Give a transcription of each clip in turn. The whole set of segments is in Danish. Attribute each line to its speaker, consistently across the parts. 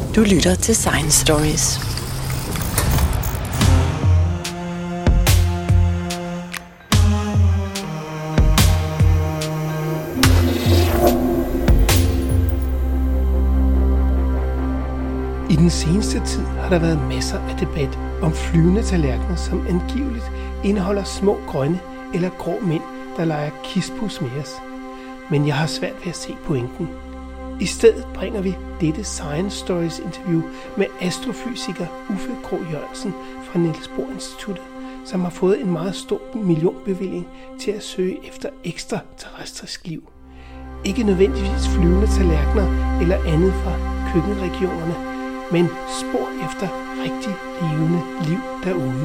Speaker 1: Du lytter til Science Stories.
Speaker 2: I den seneste tid har der været masser af debat om flyvende tallerkener, som angiveligt indeholder små grønne eller grå mænd, der leger kispus med os. Men jeg har svært ved at se pointen. I stedet bringer vi dette Science Stories interview med astrofysiker Uffe Krogh Jørgensen fra Niels Bohr Instituttet, som har fået en meget stor millionbevilling til at søge efter ekstraterrestrisk liv. Ikke nødvendigvis flyvende tallerkener eller andet fra køkkenregionerne, men spor efter rigtig levende liv derude.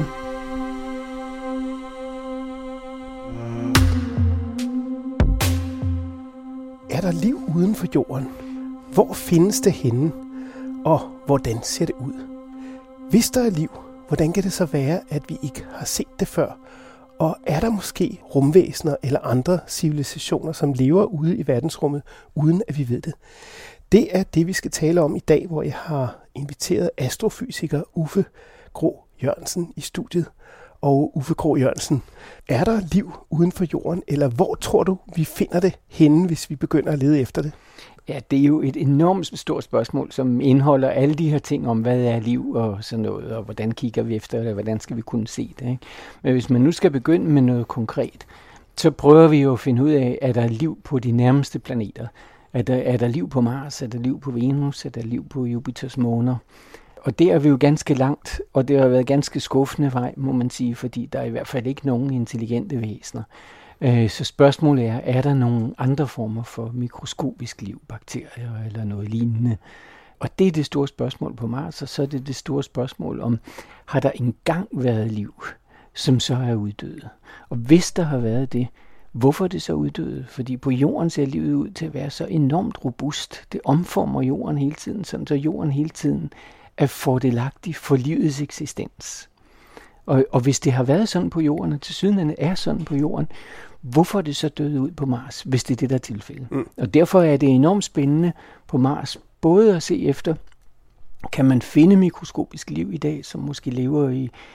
Speaker 2: Er der liv uden for jorden? Hvor findes det henne? Og hvordan ser det ud? Hvis der er liv, hvordan kan det så være, at vi ikke har set det før? Og er der måske rumvæsener eller andre civilisationer, som lever ude i verdensrummet, uden at vi ved det? Det er det, vi skal tale om i dag, hvor jeg har inviteret astrofysiker Uffe Krogh Jørgensen i studiet. Og Uffe Krogh Jørgensen, er der liv uden for jorden, eller hvor tror du, vi finder det henne, hvis vi begynder at lede efter det?
Speaker 3: Ja, det er jo et enormt stort spørgsmål, som indeholder alle de her ting om, hvad er liv og sådan noget, og hvordan kigger vi efter det, og hvordan skal vi kunne se det, ikke? Men hvis man nu skal begynde med noget konkret, så prøver vi jo at finde ud af, er der liv på de nærmeste planeter? Er der liv på Mars? Er der liv på Venus? Er der liv på Jupiters måner? Og det er vi jo ganske langt, og det har været ganske skuffende vej, må man sige, fordi der er i hvert fald ikke nogen intelligente væsener. Så spørgsmålet er der nogle andre former for mikroskopisk liv, bakterier eller noget lignende? Og det er det store spørgsmål på Mars, og så er det store spørgsmål om, har der engang været liv, som så er uddøde? Og hvis der har været det, hvorfor er det så uddøde? Fordi på jorden ser livet ud til at være så enormt robust. Det omformer jorden hele tiden, sådan så jorden hele tiden er fordelagtig for livets eksistens. Og hvis det har været sådan på jorden, og tilsyneladende er sådan på jorden, hvorfor er det så døde ud på Mars, hvis det er det, der er tilfældet? Og derfor er det enormt spændende på Mars, både at se efter, kan man finde mikroskopisk liv i dag, som måske lever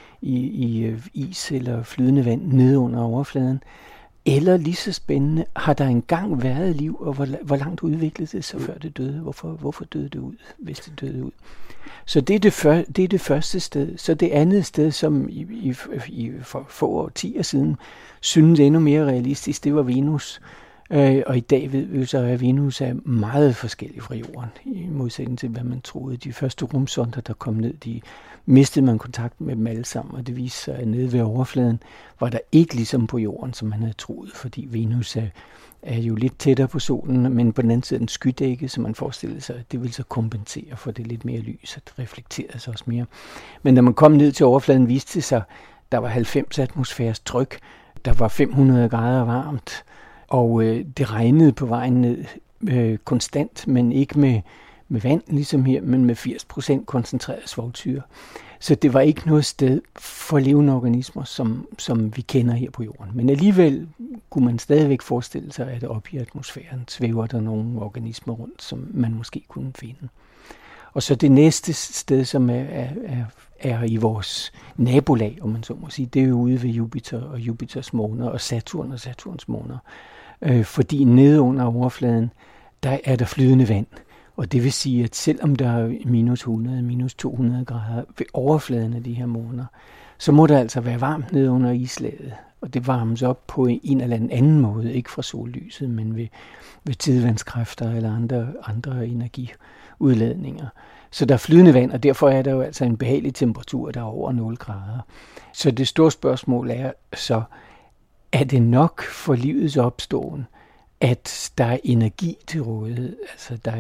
Speaker 3: i is eller flydende vand nede under overfladen, eller lige så spændende, har der engang været liv, og hvor langt udviklede det sig, før det døde? Hvorfor døde det ud, hvis det døde ud? Så det er det første sted. Så det andet sted, som for få årtier siden synes endnu mere realistisk, det var Venus. Og i dag ved vi jo så, at Venus er meget forskellig fra jorden, i modsætning til, hvad man troede. De første rumsonder, der kom ned, de mistede man kontakt med dem alle sammen, og det viste sig, at nede ved overfladen var der ikke ligesom på jorden, som man havde troet, fordi Venus er jo lidt tættere på solen, men på den anden side en skydække, så man forestillede sig, at det ville så kompensere for det lidt mere lys, at det reflekterede sig også mere. Men da man kom ned til overfladen, viste det sig, at der var 90 atmosfæres tryk, der var 500 grader varmt, og det regnede på vejen ned konstant, men ikke med vand ligesom her, men med 80% koncentreret svovlsyre. Så det var ikke noget sted for levende organismer, som vi kender her på jorden. Men alligevel kunne man stadigvæk forestille sig, at oppe i atmosfæren svæver der nogle organismer rundt, som man måske kunne finde. Og så det næste sted, som er i vores nabolag, om man så må sige, det er jo ude ved Jupiter og Jupiters måner og Saturn og Saturns måner. Fordi nede under overfladen, der er der flydende vand. Og det vil sige, at selvom der er minus 100, minus 200 grader ved overfladen af de her måner, så må der altså være varmt nede under islaget. Og det varmes op på en eller anden måde, ikke fra sollyset, men ved tidevandskræfter eller andre energiudladninger. Så der er flydende vand, og derfor er der jo altså en behagelig temperatur, der er over 0 grader. Så det store spørgsmål er så, er det nok for livets opståen, at der er energi til rådighed, altså der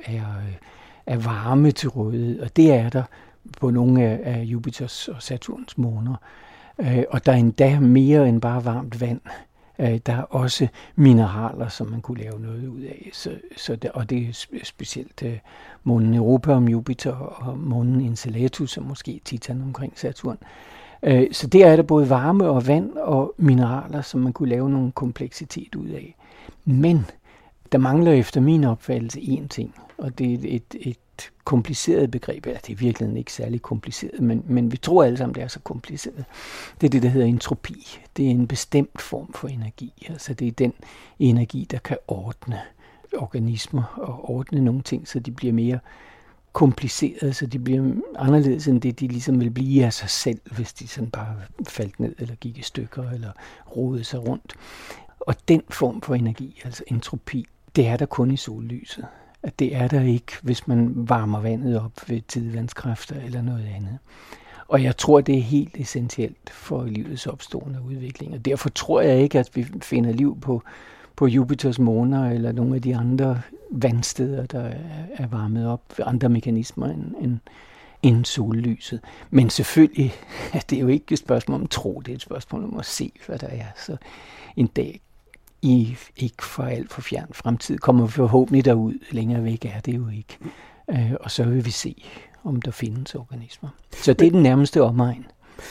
Speaker 3: er varme til rådighed, og det er der på nogle af Jupiters og Saturns måner. Og der er endda mere end bare varmt vand. Der er også mineraler, som man kunne lave noget ud af. Og det er specielt månen Europa om Jupiter og månen Enceladus, som måske Titan omkring Saturn. Så der er der både varme og vand og mineraler, som man kunne lave nogle kompleksitet ud af. Men der mangler efter min opfattelse én ting, og det er lidt kompliceret begreb. Ja, det er virkelig ikke særlig kompliceret, men vi tror alle sammen, det er så kompliceret. Det er det, der hedder entropi. Det er en bestemt form for energi. Altså det er den energi, der kan ordne organismer og ordne nogle ting, så de bliver mere komplicerede, så de bliver anderledes end det, de ligesom vil blive af sig selv, hvis de sådan bare faldt ned eller gik i stykker eller rodede sig rundt. Og den form for energi, altså entropi, det er der kun i sollyset. At det er der ikke, hvis man varmer vandet op ved tidevandskræfter eller noget andet. Og jeg tror, det er helt essentielt for livets opståen og udvikling. Og derfor tror jeg ikke, at vi finder liv på Jupiters måner eller nogle af de andre vandsteder, der er varmet op ved andre mekanismer end sollyset. Men selvfølgelig, det er jo ikke et spørgsmål om tro, det er et spørgsmål om at se, hvad der er. Så en dag i ikke for alt for fjern fremtid kommer vi forhåbentlig derud. Længere væk er det jo ikke. Og så vil vi se, om der findes organismer. Så det er den nærmeste omegn.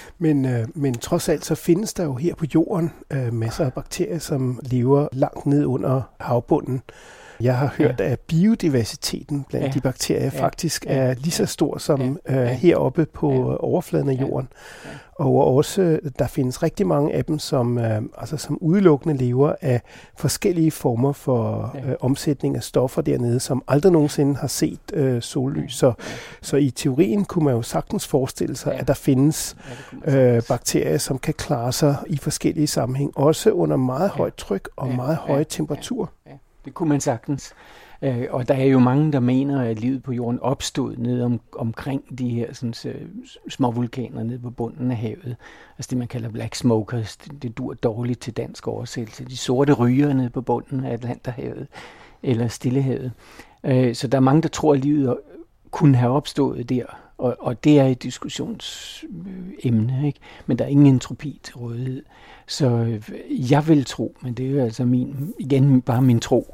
Speaker 2: Men trods alt så findes der jo her på jorden masser af bakterier, som lever langt ned under havbunden. Jeg har hørt, at biodiversiteten blandt de bakterier faktisk er lige så stor som heroppe på overfladen af jorden. Og også, der findes rigtig mange af dem, som udelukkende lever af forskellige former for omsætning af stoffer dernede, som aldrig nogensinde har set sollys. Så i teorien kunne man jo sagtens forestille sig, at der findes bakterier, som kan klare sig i forskellige sammenhæng, også under meget højt tryk og meget høje temperaturer.
Speaker 3: Det kunne man sagtens. Og der er jo mange, der mener, at livet på jorden opstod nede omkring de her små vulkaner nede på bunden af havet. Altså det, man kalder black smokers. Det dur dårligt til dansk oversættelse. De sorte ryger nede på bunden af Atlanterhavet eller Stillehavet. Så der er mange, der tror, at livet kunne have opstået der. Og det er et diskussionsemne, ikke? Men der er ingen entropi til rådighed. Så jeg vil tro, men det er jo altså bare min tro,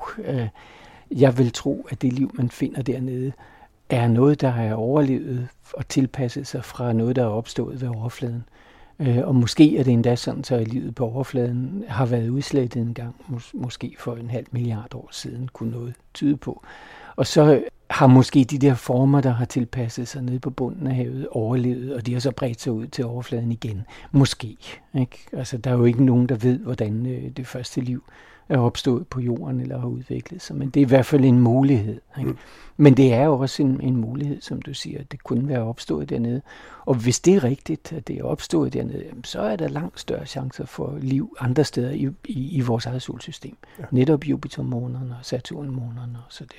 Speaker 3: jeg vil tro, at det liv, man finder dernede, er noget, der har overlevet og tilpasset sig fra noget, der er opstået ved overfladen. Og måske er det endda sådan, så livet på overfladen har været udslettet en gang, måske for 500 milliarder år siden, kunne noget tyde på. Og så har måske de der former, der har tilpasset sig nede på bunden af havet, overlevet, og de har så bredt sig ud til overfladen igen. Måske. Ikke? Altså, der er jo ikke nogen, der ved, hvordan det første liv er opstået på jorden eller har udviklet sig. Men det er i hvert fald en mulighed. Ikke? Men det er jo også en mulighed, som du siger, at det kunne være opstået dernede. Og hvis det er rigtigt, at det er opstået dernede, så er der langt større chancer for liv andre steder i vores eget solsystem. Ja. Netop Jupitermånerne og Saturnmånerne og så der.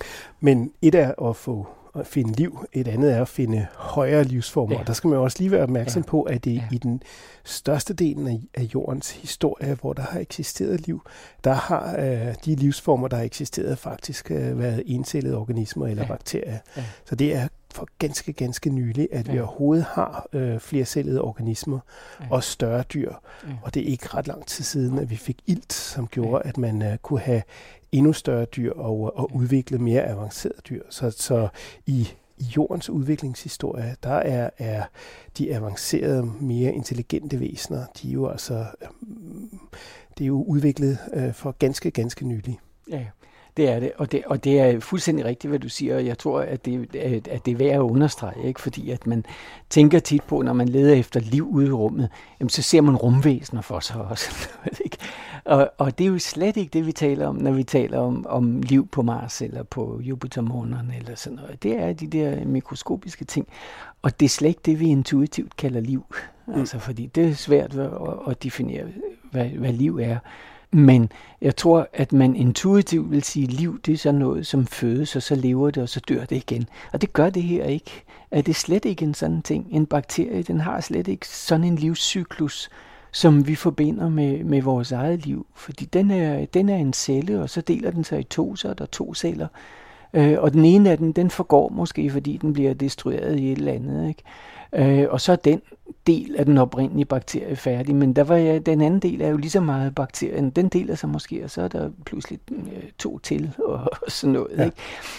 Speaker 2: Men et er at finde liv, et andet er at finde højere livsformer. Og der skal man også lige være opmærksom på, at det i den største delen af jordens historie, hvor der har eksisteret liv, der har de livsformer, der har eksisteret, faktisk været encellede organismer eller bakterier. Så det er for ganske, ganske nylig, at vi overhovedet har flercellede organismer og større dyr. Og det er ikke ret lang tid siden, at vi fik ilt, som gjorde, at man kunne have endnu større dyr og udvikle mere avancerede dyr. Så i jordens udviklingshistorie, der er de avancerede, mere intelligente væsener, de er jo altså det er jo udviklet for ganske, ganske nylig.
Speaker 3: Ja. Det er det, og det er fuldstændig rigtigt, hvad du siger. Jeg tror, at det er værd at understrege, ikke? Fordi at man tænker tit på, når man leder efter liv ude i rummet, jamen, så ser man rumvæsener for sig også. Ikke? Og det er jo slet ikke det, vi taler om, når vi taler om liv på Mars eller på Jupitermånerne eller sådan noget. Det er de der mikroskopiske ting, og det er slet ikke det, vi intuitivt kalder liv. Altså, fordi det er svært at definere, hvad liv er. Men jeg tror, at man intuitivt vil sige, at liv, det er sådan noget, som fødes, og så lever det, og så dør det igen. Og det gør det her ikke. Det er slet ikke en sådan ting. En bakterie, den har slet ikke sådan en livscyklus, som vi forbinder med vores eget liv. Fordi den er en celle, og så deler den sig i to, så er der 2 celler. Og den ene af dem, den forgår måske, fordi den bliver destrueret i et eller andet, ikke? Og så er den del af den oprindelige bakterie færdig, men den anden del er jo lige så meget bakterien. Den deler sig måske, og så er der pludselig 2 til og sådan noget. Ja. Ikke?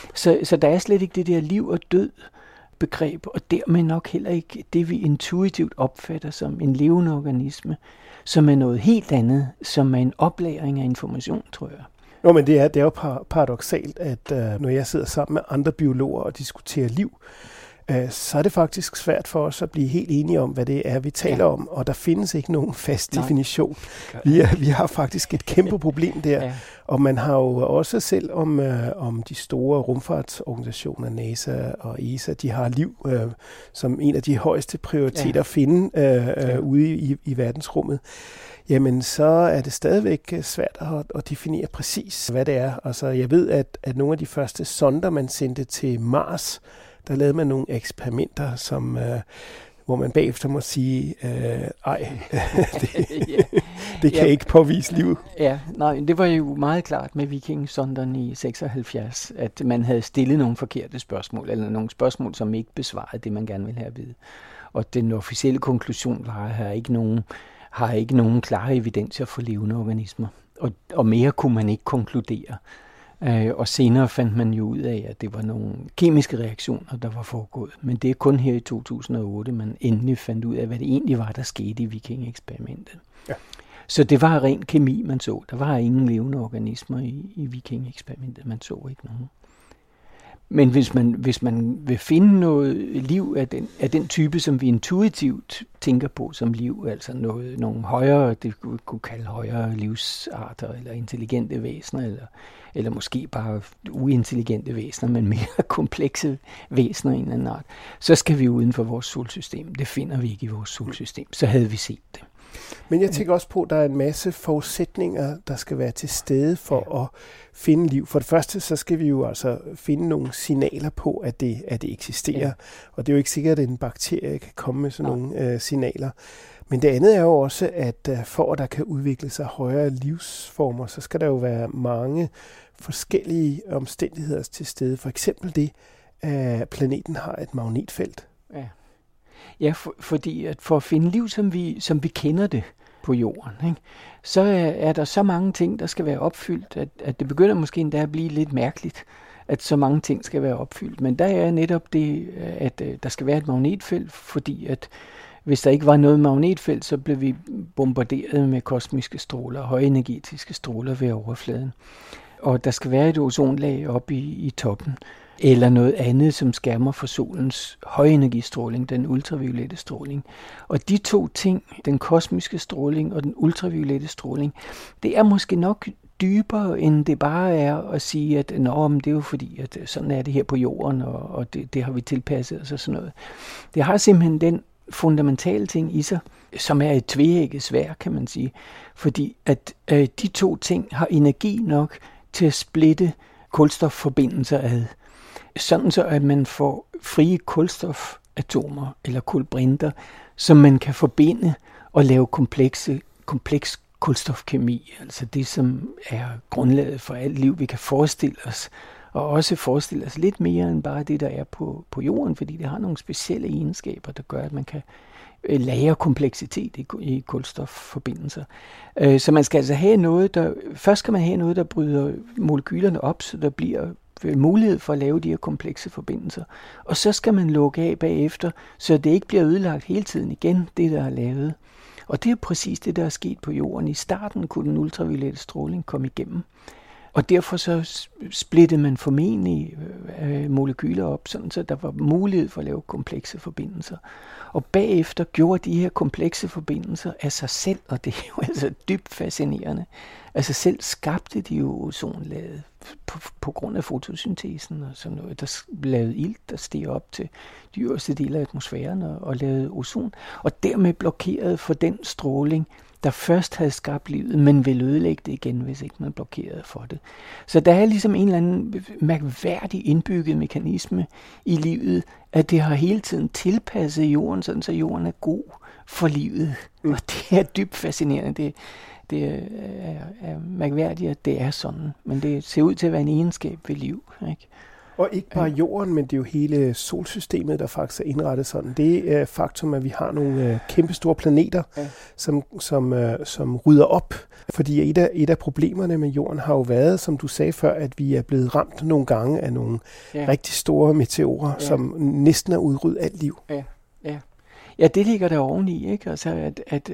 Speaker 3: Så der er slet ikke det der liv og død begreb, og dermed nok heller ikke det, vi intuitivt opfatter som en levende organisme, som er noget helt andet, som er en oplagring af information, tror jeg.
Speaker 2: Nå, men det er jo paradoksalt, at når jeg sidder sammen med andre biologer og diskuterer liv, så er det faktisk svært for os at blive helt enige om, hvad det er, vi taler om, og der findes ikke nogen fast definition. Vi har faktisk et kæmpe problem der, og man har jo også selv om de store rumfartsorganisationer, NASA og ESA, de har liv som en af de højeste prioriteter at finde ude i verdensrummet. Jamen, så er det stadigvæk svært at definere præcis, hvad det er. Altså, jeg ved, at nogle af de første sonder, man sendte til Mars, der lavede man nogle eksperimenter, som, hvor man bagefter må sige, det kan ikke påvise liv.
Speaker 3: Ja, nej, det var jo meget klart med Viking-sonderne i 76, at man havde stillet nogle forkerte spørgsmål, eller nogle spørgsmål, som ikke besvarede det, man gerne ville have at vide. Og den officielle konklusion var, at har ikke nogen klare evidenser for levende organismer. Og mere kunne man ikke konkludere. Og senere fandt man jo ud af, at det var nogle kemiske reaktioner, der var foregået. Men det er kun her i 2008, man endelig fandt ud af, hvad det egentlig var, der skete i Viking-eksperimentet. Ja. Så det var ren kemi, man så. Der var ingen levende organismer i Viking-eksperimentet. Man så ikke nogen. Men hvis man vil finde noget liv af den type, som vi intuitivt tænker på som liv, altså nogle højere, det kunne kalde højere livsarter, eller intelligente væsener, eller måske bare uintelligente væsener, men mere komplekse væsener i en eller anden art, så skal vi uden for vores solsystem. Det finder vi ikke i vores solsystem. Så havde vi set det.
Speaker 2: Men jeg tænker også på, at der er en masse forudsætninger, der skal være til stede for at finde liv. For det første, så skal vi jo altså finde nogle signaler på, at det eksisterer. Ja. Og det er jo ikke sikkert, at en bakterie kan komme med sådan nogle signaler. Men det andet er jo også, at for at der kan udvikle sig højere livsformer, så skal der jo være mange forskellige omstændigheder til stede. For eksempel det, at planeten har et magnetfelt.
Speaker 3: Ja. Ja, fordi at for at finde liv, som vi kender det på jorden, ikke, så er der så mange ting, der skal være opfyldt, at det begynder måske endda at blive lidt mærkeligt, at så mange ting skal være opfyldt. Men der er netop det, at der skal være et magnetfelt, fordi at hvis der ikke var noget magnetfelt, så blev vi bombarderet med kosmiske stråler, højenergetiske stråler ved overfladen. Og der skal være et ozonlag oppe i toppen, eller noget andet, som skærmer for solens højenergistråling, den ultraviolette stråling. Og de to ting, den kosmiske stråling og den ultraviolette stråling, det er måske nok dybere, end det bare er at sige, at men det er jo fordi, at sådan er det her på jorden, og det har vi tilpasset os og sådan noget. Det har simpelthen den fundamentale ting i sig, som er et tveægget sværd, kan man sige. Fordi at de to ting har energi nok til at splitte kulstofforbindelser ad. Sådan så, at man får frie kulstofatomer eller kulbrinter, som man kan forbinde og lave kompleks kulstofkemi. Altså det, som er grundlaget for alt liv, vi kan forestille os. Og også forestille os lidt mere end bare det, der er på jorden, fordi det har nogle specielle egenskaber, der gør, at man kan lagre kompleksitet i kulstofforbindelser. Så man skal altså have noget, først skal man have noget, der bryder molekylerne op, så der bliver mulighed for at lave de her komplekse forbindelser. Og så skal man lukke af bagefter, så det ikke bliver ødelagt hele tiden igen, det der er lavet. Og det er præcis det, der er sket på jorden. I starten kunne den ultraviolette stråling komme igennem. Og derfor så splittede man formentlig molekyler op, sådan så der var mulighed for at lave komplekse forbindelser. Og bagefter gjorde de her komplekse forbindelser af sig selv, og det er jo altså dybt fascinerende. Altså selv skabte de jo ozonlaget på grund af fotosyntesen og sådan noget, der lavede ilt, der steg op til de øverste dele af atmosfæren og lavede ozon, og dermed blokerede for den stråling, der først havde skabt livet, men ville ødelægge det igen, hvis ikke man blokerede for det. Så der er ligesom en eller anden mærkværdig indbygget mekanisme i livet, at det har hele tiden tilpasset jorden, sådan så jorden er god for livet. Og det er dybt fascinerende. Det er mærkværdigt, at det er sådan, men det ser ud til at være en egenskab ved liv, ikke?
Speaker 2: Og ikke bare jorden, men det er jo hele solsystemet, der faktisk er indrettet sådan. Det er faktum, at vi har nogle kæmpe store planeter, som rydder op. Fordi et af problemerne med jorden har jo været, som du sagde før, at vi er blevet ramt nogle gange af nogle rigtig store meteorer, som næsten har udryddet alt liv.
Speaker 3: Ja, det ligger der oveni, ikke? Altså,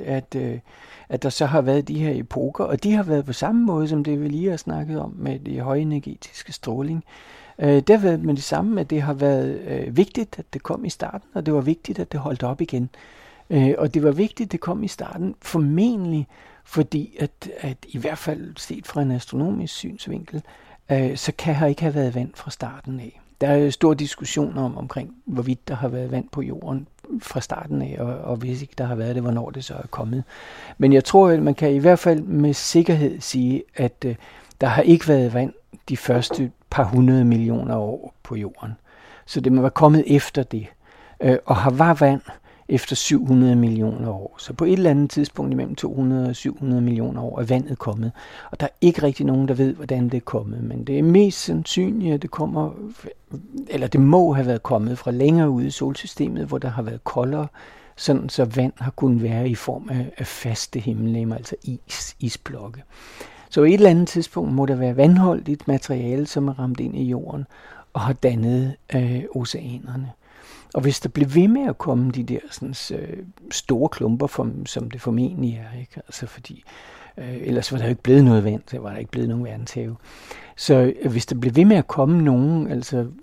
Speaker 3: at der så har været de her epoker, og de har været på samme måde, som det vi lige har snakket om med de højenergetiske stråling. Det har været med det samme, at det har været vigtigt, at det kom i starten, og det var vigtigt, at det holdt op igen. Og det var vigtigt, at det kom i starten, formentlig fordi, at i hvert fald set fra en astronomisk synsvinkel, så kan her ikke have været vand fra starten af. Der er stor diskussion omkring, hvorvidt der har været vand på jorden fra starten af, og hvis ikke der har været det, hvornår det så er kommet. Men jeg tror, at man kan i hvert fald med sikkerhed sige, at der har ikke været vand de første par 100 millioner år på jorden. Så det må være kommet efter det. Og har var vand efter 700 millioner år. Så på et eller andet tidspunkt imellem 200 og 700 millioner år er vandet kommet. Og der er ikke rigtig nogen, der ved, hvordan det er kommet. Men det er mest sandsynligt, at det kommer, eller det må have været kommet fra længere ude i solsystemet, hvor der har været koldere, sådan så vand har kunnet være i form af faste himmellegemer, altså isblokke. Så i et eller andet tidspunkt må der være vandholdigt materiale, som er ramt ind i jorden og har dannet oceanerne. Og hvis der bliver ved med at komme de der sådan, store klumper, som det formentlig er, ikke? Altså fordi ellers var der jo ikke blevet noget vand, så var der ikke blevet nogen verdenshave. Så hvis der bliver ved med at komme nogen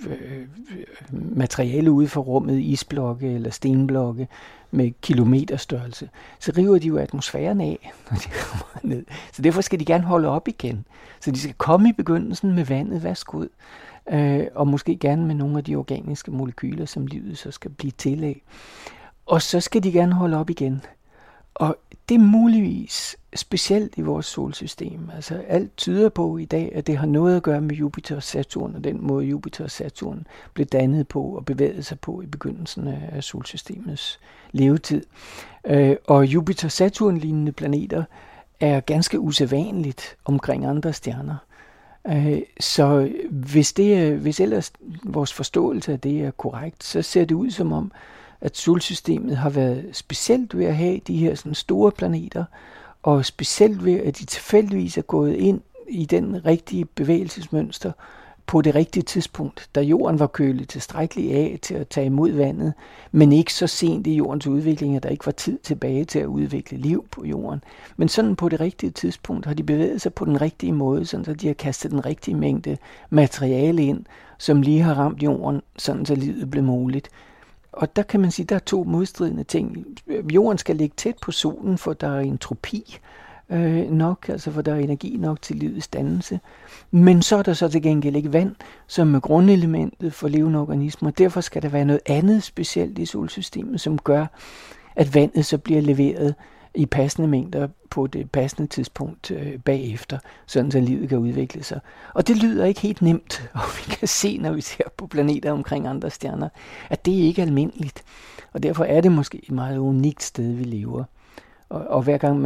Speaker 3: materiale ude fra rummet, isblokke eller stenblokke med kilometerstørrelse, så river de jo atmosfæren af, når de kommer ned. Så derfor skal de gerne holde op igen. Så de skal komme i begyndelsen med vandet, værsgo ud. Og måske gerne med nogle af de organiske molekyler, som livet så skal blive til af. Og så skal de gerne holde op igen. Og det er muligvis specielt i vores solsystem. Altså alt tyder på i dag, at det har noget at gøre med Jupiter og Saturn, og den måde Jupiter og Saturn blev dannet på og bevægede sig på i begyndelsen af solsystemets levetid. Og Jupiter-Saturn-lignende planeter er ganske usædvanligt omkring andre stjerner. Så hvis ellers vores forståelse af det er korrekt, så ser det ud som om, at solsystemet har været specielt ved at have de her sådan store planeter, og specielt ved, at de tilfældigvis er gået ind i den rigtige bevægelsesmønster på det rigtige tidspunkt, da jorden var kølet tilstrækkeligt af til at tage imod vandet, men ikke så sent i jordens udvikling, at der ikke var tid tilbage til at udvikle liv på jorden. Men sådan på det rigtige tidspunkt har de bevæget sig på den rigtige måde, sådan at de har kastet den rigtige mængde materiale ind, som lige har ramt jorden, sådan så livet blev muligt. Og der kan man sige, at der er to modstridende ting. Jorden skal ligge tæt på solen, for der er entropi nok, altså for der er energi nok til livets dannelse. Men så er der så til gengæld ikke vand, som er grundelementet for levende organismer. Derfor skal der være noget andet specielt i solsystemet, som gør, at vandet så bliver leveret i passende mængder på det passende tidspunkt bagefter, sådan så livet kan udvikle sig. Og det lyder ikke helt nemt, og vi kan se, når vi ser på planeter omkring andre stjerner, at det ikke er almindeligt. Og derfor er det måske et meget unikt sted, vi lever. Og hver gang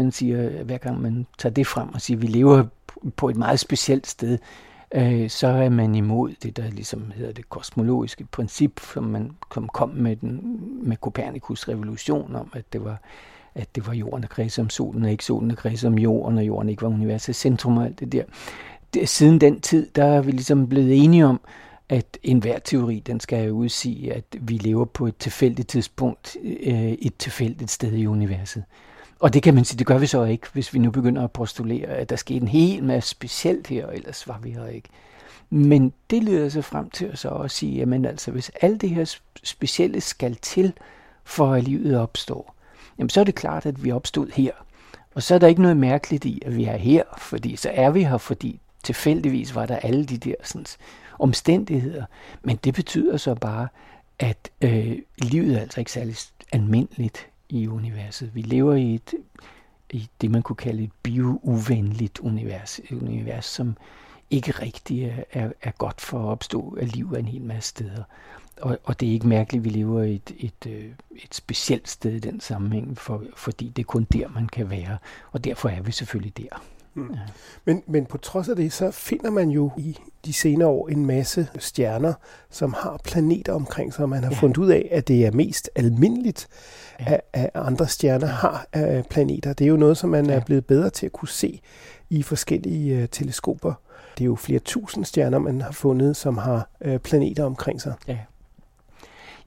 Speaker 3: man tager det frem og siger, at vi lever på et meget specielt sted, så er man imod det, der ligesom hedder det kosmologiske princip, som kom med Kopernikus' revolution om, at det var jorden, der kredser om solen, og ikke solen, der kredser om jorden, og jorden ikke var universets centrum og alt det der. Siden den tid, der er vi ligesom blevet enige om, at enhver teori, den skal udsige, at vi lever på et tilfældigt tidspunkt, et tilfældigt sted i universet. Og det kan man sige, det gør vi så ikke, hvis vi nu begynder at postulere, at der skete en hel masse specielt her, og ellers var vi her ikke. Men det leder sig frem til så at sige, jamen altså, hvis alt det her specielle skal til, for at livet opstår, jamen så er det klart, at vi opstod her. Og så er der ikke noget mærkeligt i, at vi er her, fordi så er vi her, fordi tilfældigvis var der alle de der sådan, omstændigheder. Men det betyder så bare, at livet er altså ikke særlig almindeligt i universet. Vi lever i det, man kunne kalde et bio-uvenligt univers. Et univers, som ikke rigtig er godt for at opstå af liv af en hel masse steder. Og det er ikke mærkeligt, at vi lever i et specielt sted i den sammenhæng, fordi det er kun der, man kan være. Og derfor er vi selvfølgelig der.
Speaker 2: Mm. Ja. Men på trods af det, så finder man jo i de senere år en masse stjerner, som har planeter omkring sig, og man har fundet ud af, at det er mest almindeligt, at andre stjerner har planeter. Det er jo noget, som man er blevet bedre til at kunne se i forskellige teleskoper. Det er jo flere tusind stjerner, man har fundet, som har planeter omkring sig.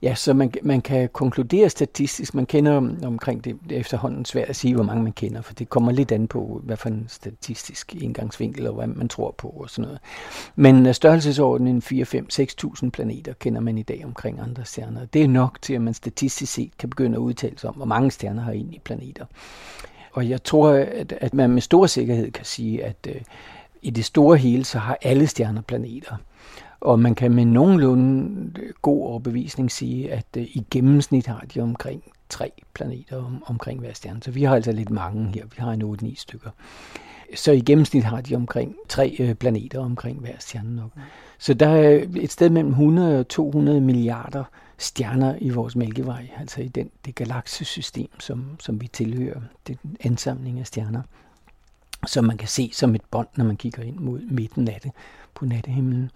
Speaker 3: Ja, så man kan konkludere statistisk, man kender omkring det er efterhånden svært at sige, hvor mange man kender, for det kommer lidt an på, hvad for en statistisk indgangsvinkel, og hvad man tror på og sådan noget. Men størrelsesordenen 4-5-6.000 planeter kender man i dag omkring andre stjerner. Det er nok til, at man statistisk set kan begynde at udtale sig om, hvor mange stjerner har egentlig planeter. Og jeg tror, at man med stor sikkerhed kan sige, at i det store hele, så har alle stjerner planeter. Og man kan med nogenlunde god overbevisning sige, at i gennemsnit har de omkring 3 planeter omkring hver stjerne. Så vi har altså lidt mange her. Vi har en 8-9 stykker. Så i gennemsnit har de omkring 3 planeter omkring hver stjerne nok. Så der er et sted mellem 100 og 200 milliarder stjerner i vores Mælkevej, altså i det galaksesystem, som vi tilhører. Det er en ansamling af stjerner, som man kan se som et bånd, når man kigger ind mod midten af det på nattehimlen.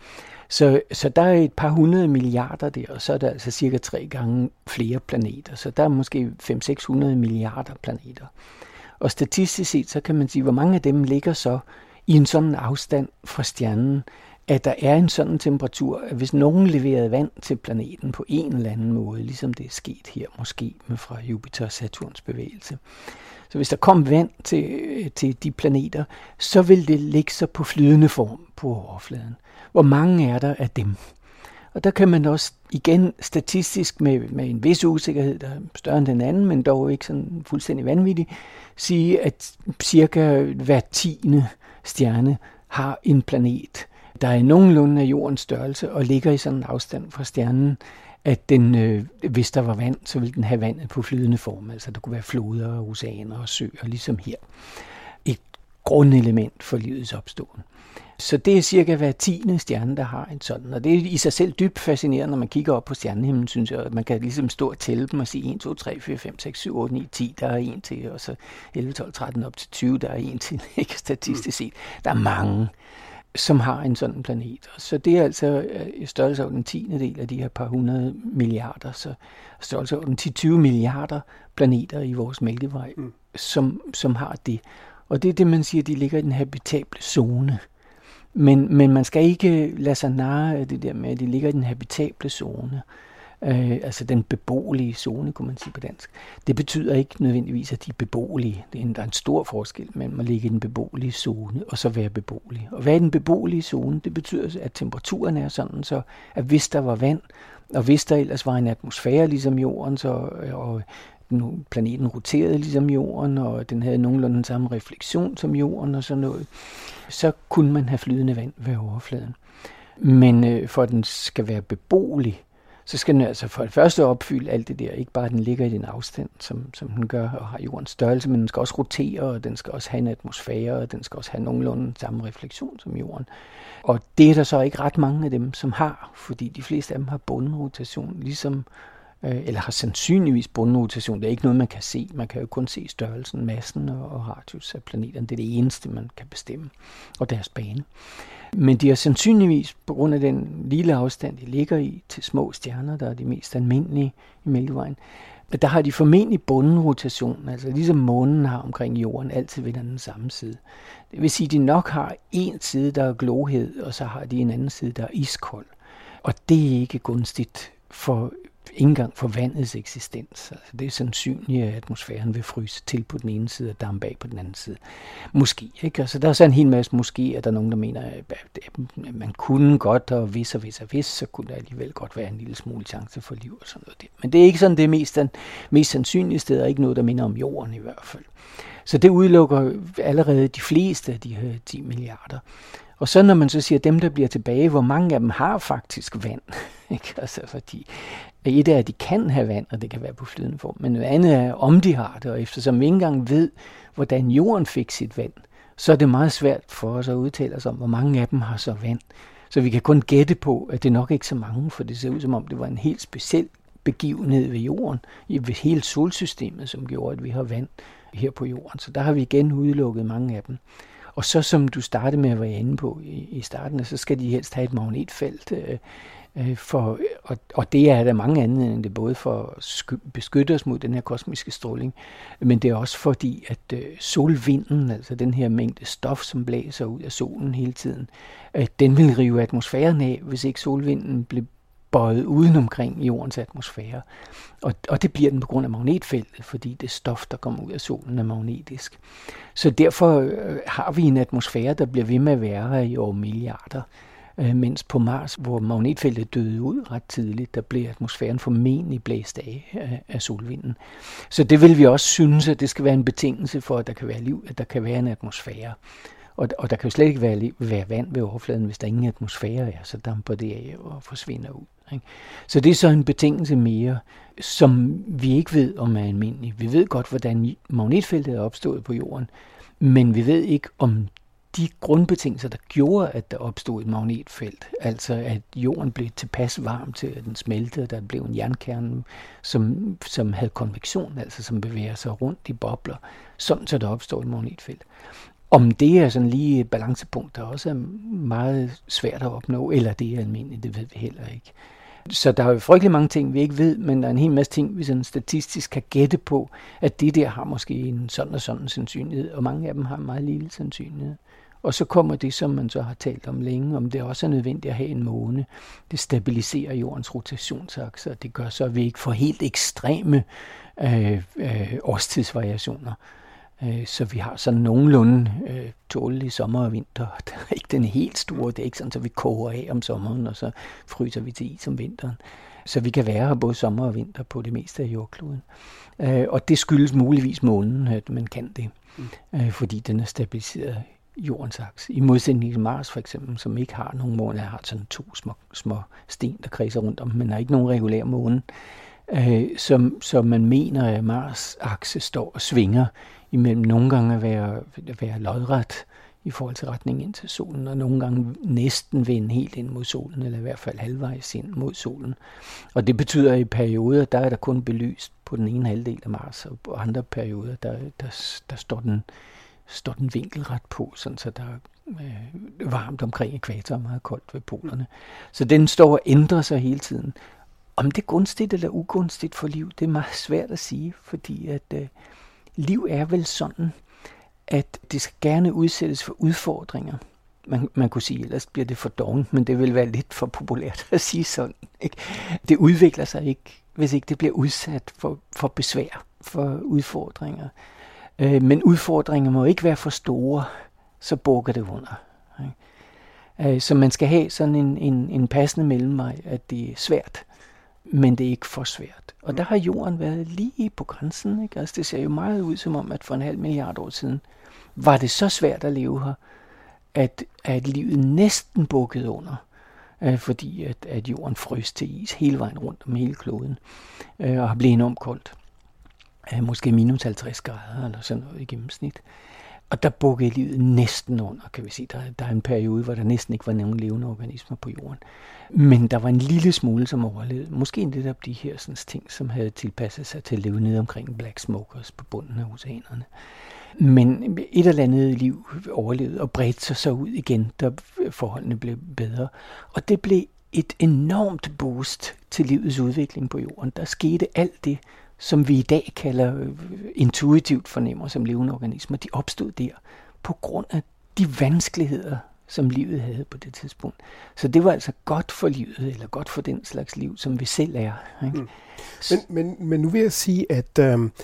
Speaker 3: Så der er et par 100 milliarder der, og så er der altså cirka 3 gange flere planeter. Så der er måske 500-600 milliarder planeter. Og statistisk set, så kan man sige, hvor mange af dem ligger så i en sådan afstand fra stjernen, at der er en sådan temperatur, at hvis nogen leverede vand til planeten på en eller anden måde, ligesom det er sket her måske med fra Jupiter og Saturns bevægelse, så hvis der kom vand til de planeter, så vil det ligge sig på flydende form på overfladen. Hvor mange er der af dem? Og der kan man også igen statistisk med en vis usikkerhed, der er større end den anden, men dog ikke sådan fuldstændig vanvittig, sige, at cirka hver 10. stjerne har en planet, der er nogenlunde af jordens størrelse og ligger i sådan en afstand fra stjernen, at den, hvis der var vand, så ville den have vandet på flydende form. Altså der kunne være floder, oceaner og søer, ligesom her. Et grundelement for livets opståen. Så det er cirka hver 10. stjerne, der har en sådan. Og det er i sig selv dybt fascinerende, når man kigger op på stjernehimlen, synes jeg, at man kan ligesom stå og tælle dem og sige 1, 2, 3, 4, 5, 6, 7, 8, 9, 10, der er en til, og så 11, 12, 13 op til 20, der er en til, ikke statistisk set. Der er mange, som har en sådan planet. Så det er altså i størrelsesorden 10. af de her par 100 milliarder, så størrelsesorden 10-20 milliarder planeter i vores Mælkevej, som har det. Og det er det, man siger, de ligger i den habitable zone. Men man skal ikke lade sig narre af det der med, at de ligger i den habitable zone. Altså den beboelige zone, kunne man sige på dansk. Det betyder ikke nødvendigvis, at de er beboelige. Der er en stor forskel mellem at ligge i den beboelige zone og så være beboelig. Og hvad er den beboelige zone? Det betyder, at temperaturen er sådan, så at hvis der var vand, og hvis der ellers var en atmosfære ligesom jorden, og planeten roterede ligesom jorden, og den havde nogenlunde den samme refleksion som jorden og sådan noget, så kunne man have flydende vand ved overfladen. Men for at den skal være beboelig, så skal den altså for det første opfylde alt det der. Ikke bare at den ligger i den afstand, som den gør og har jordens størrelse, men den skal også rotere, og den skal også have en atmosfære, og den skal også have nogenlunde samme refleksion som jorden. Og det er der så ikke ret mange af dem, som har, fordi de fleste af dem har bundenrotation, ligesom eller har sandsynligvis bundenrotation. Det er ikke noget, man kan se. Man kan jo kun se størrelsen, massen og radius af planeterne. Det er det eneste, man kan bestemme, og deres bane. Men de har sandsynligvis, på grund af den lille afstand, de ligger i, til små stjerner, der er de mest almindelige i Mælkevejen, der har de formentlig bundenrotation, altså ligesom månen har omkring jorden, altid ved den samme side. Det vil sige, at de nok har en side, der er glohed, og så har de en anden side, der er iskold. Og det er ikke gunstigt for ikke engang for vandets eksistens. Altså, det er sandsynligt, at atmosfæren vil fryse til på den ene side og dampe af på den anden side. Måske, ikke? Altså, der er så en hel masse måske, at der er nogen, der mener, at man kunne godt, og hvis, så kunne der alligevel godt være en lille smule chance for liv og sådan noget. Men det er ikke sådan det mest sandsynlige sted, og ikke noget, der minder om jorden i hvert fald. Så det udelukker allerede de fleste af de her 10 milliarder. Og så når man så siger, dem der bliver tilbage, hvor mange af dem har faktisk vand, ikke? Altså fordi et er, at de kan have vand, og det kan være på flydende form, men noget andet er, om de har det, og eftersom vi ikke engang ved, hvordan jorden fik sit vand, så er det meget svært for os at udtale os om, hvor mange af dem har så vand. Så vi kan kun gætte på, at det nok ikke så mange, for det ser ud som om, det var en helt speciel begivenhed ved jorden, ved hele solsystemet, som gjorde, at vi har vand her på jorden. Så der har vi igen udelukket mange af dem. Og så som du startede med at være inde på i starten, så skal de helst have et magnetfelt, og det er der mange andre end det, både for at beskytte os mod den her kosmiske stråling, men det er også fordi, at solvinden, altså den her mængde stof, som blæser ud af solen hele tiden, den vil rive atmosfæren af, hvis ikke solvinden blev bøjet udenomkring jordens atmosfære. Og det bliver den på grund af magnetfeltet, fordi det stof, der kommer ud af solen, er magnetisk. Så derfor har vi en atmosfære, der bliver ved med at være i år milliarder. Mens på Mars, hvor magnetfeltet døde ud ret tidligt, der blev atmosfæren formentlig blæst af solvinden. Så det vil vi også synes, at det skal være en betingelse for, at der kan være liv, at der kan være en atmosfære. Og der kan jo slet ikke være vand ved overfladen, hvis der ingen atmosfære er, så damper det af og forsvinder ud. Ikke? Så det er så en betingelse mere, som vi ikke ved, om er almindelig. Vi ved godt, hvordan magnetfeltet er opstået på jorden, men vi ved ikke, om de grundbetingelser, der gjorde, at der opstod et magnetfelt, altså at jorden blev tilpas varm til, at den smeltede, der blev en jernkerne, som havde konvektion, altså som bevæger sig rundt i bobler, sådan så der opstod et magnetfelt. Om det er sådan lige et balancepunkt, der også er meget svært at opnå, eller det er almindeligt, det ved vi heller ikke. Så der er jo frygtelig mange ting, vi ikke ved, men der er en hel masse ting, vi sådan statistisk kan gætte på, at det der har måske en sådan og sådan sandsynlighed, og mange af dem har en meget lille sandsynlighed. Og så kommer det, som man så har talt om længe, om det også er nødvendigt at have en måne. Det stabiliserer jordens rotationsakse, og det gør så, at vi ikke får helt ekstreme årstidsvariationer. Så vi har sådan nogenlunde tålelige sommer og vinter. Det er ikke den helt store, det er ikke sådan, at vi koger af om sommeren, og så fryser vi til is om vinteren. Så vi kan være her både sommer og vinter på det meste af jordkloden. Og det skyldes muligvis månen, at man kan det, fordi den er stabiliseret jordens akse. I modsætning til Mars for eksempel, som ikke har nogen måne, har sådan 2 små sten, der kredser rundt om, men har ikke nogen regulær måne. Så man mener, at Mars akse står og svinger imellem nogle gange at være lodret i forhold til retningen ind til solen, og nogle gange næsten vende helt ind mod solen, eller i hvert fald halvvejs ind mod solen. Og det betyder, at i perioder, der er der kun belyst på den ene halvdel af Mars, og på andre perioder, der står den vinkelret på, sådan så der er varmt omkring ækvator og meget koldt ved polerne. Så den står og ændrer sig hele tiden. Om det er gunstigt eller ugunstigt for liv, det er meget svært at sige, fordi at liv er vel sådan, at det skal gerne udsættes for udfordringer. Man kunne sige, ellers bliver det for dovent, men det vil være lidt for populært at sige sådan. Ikke? Det udvikler sig ikke, hvis ikke det bliver udsat for besvær, for udfordringer. Men udfordringer må ikke være for store, så bukker det under. Ikke? Så man skal have sådan en passende mellemvej, at det er svært, men det er ikke for svært. Og der har jorden været lige på grænsen. Ikke? Altså, det ser jo meget ud som om, at for 0,5 milliard år siden var det så svært at leve her, at livet næsten bukkede under, fordi at jorden frøs til is hele vejen rundt om hele kloden, og har blevet enormt koldt. Måske minus 50 grader eller sådan noget i gennemsnit. Og der bukkede livet næsten under, kan vi sige. Der er en periode, hvor der næsten ikke var nogen levende organismer på jorden. Men der var en lille smule, som overlevede. Måske netop de her sådan, ting, som havde tilpasset sig til at leve nede omkring black smokers på bunden af oceanerne. Men et eller andet liv overlevede og bredte sig så ud igen, da forholdene blev bedre. Og det blev et enormt boost til livets udvikling på jorden. Der skete alt det, som vi i dag kalder intuitivt fornemmer som levende organismer, de opstod der på grund af de vanskeligheder, som livet havde på det tidspunkt. Så det var altså godt for livet, eller godt for den slags liv, som vi selv er. Ikke?
Speaker 2: Men nu vil jeg sige, at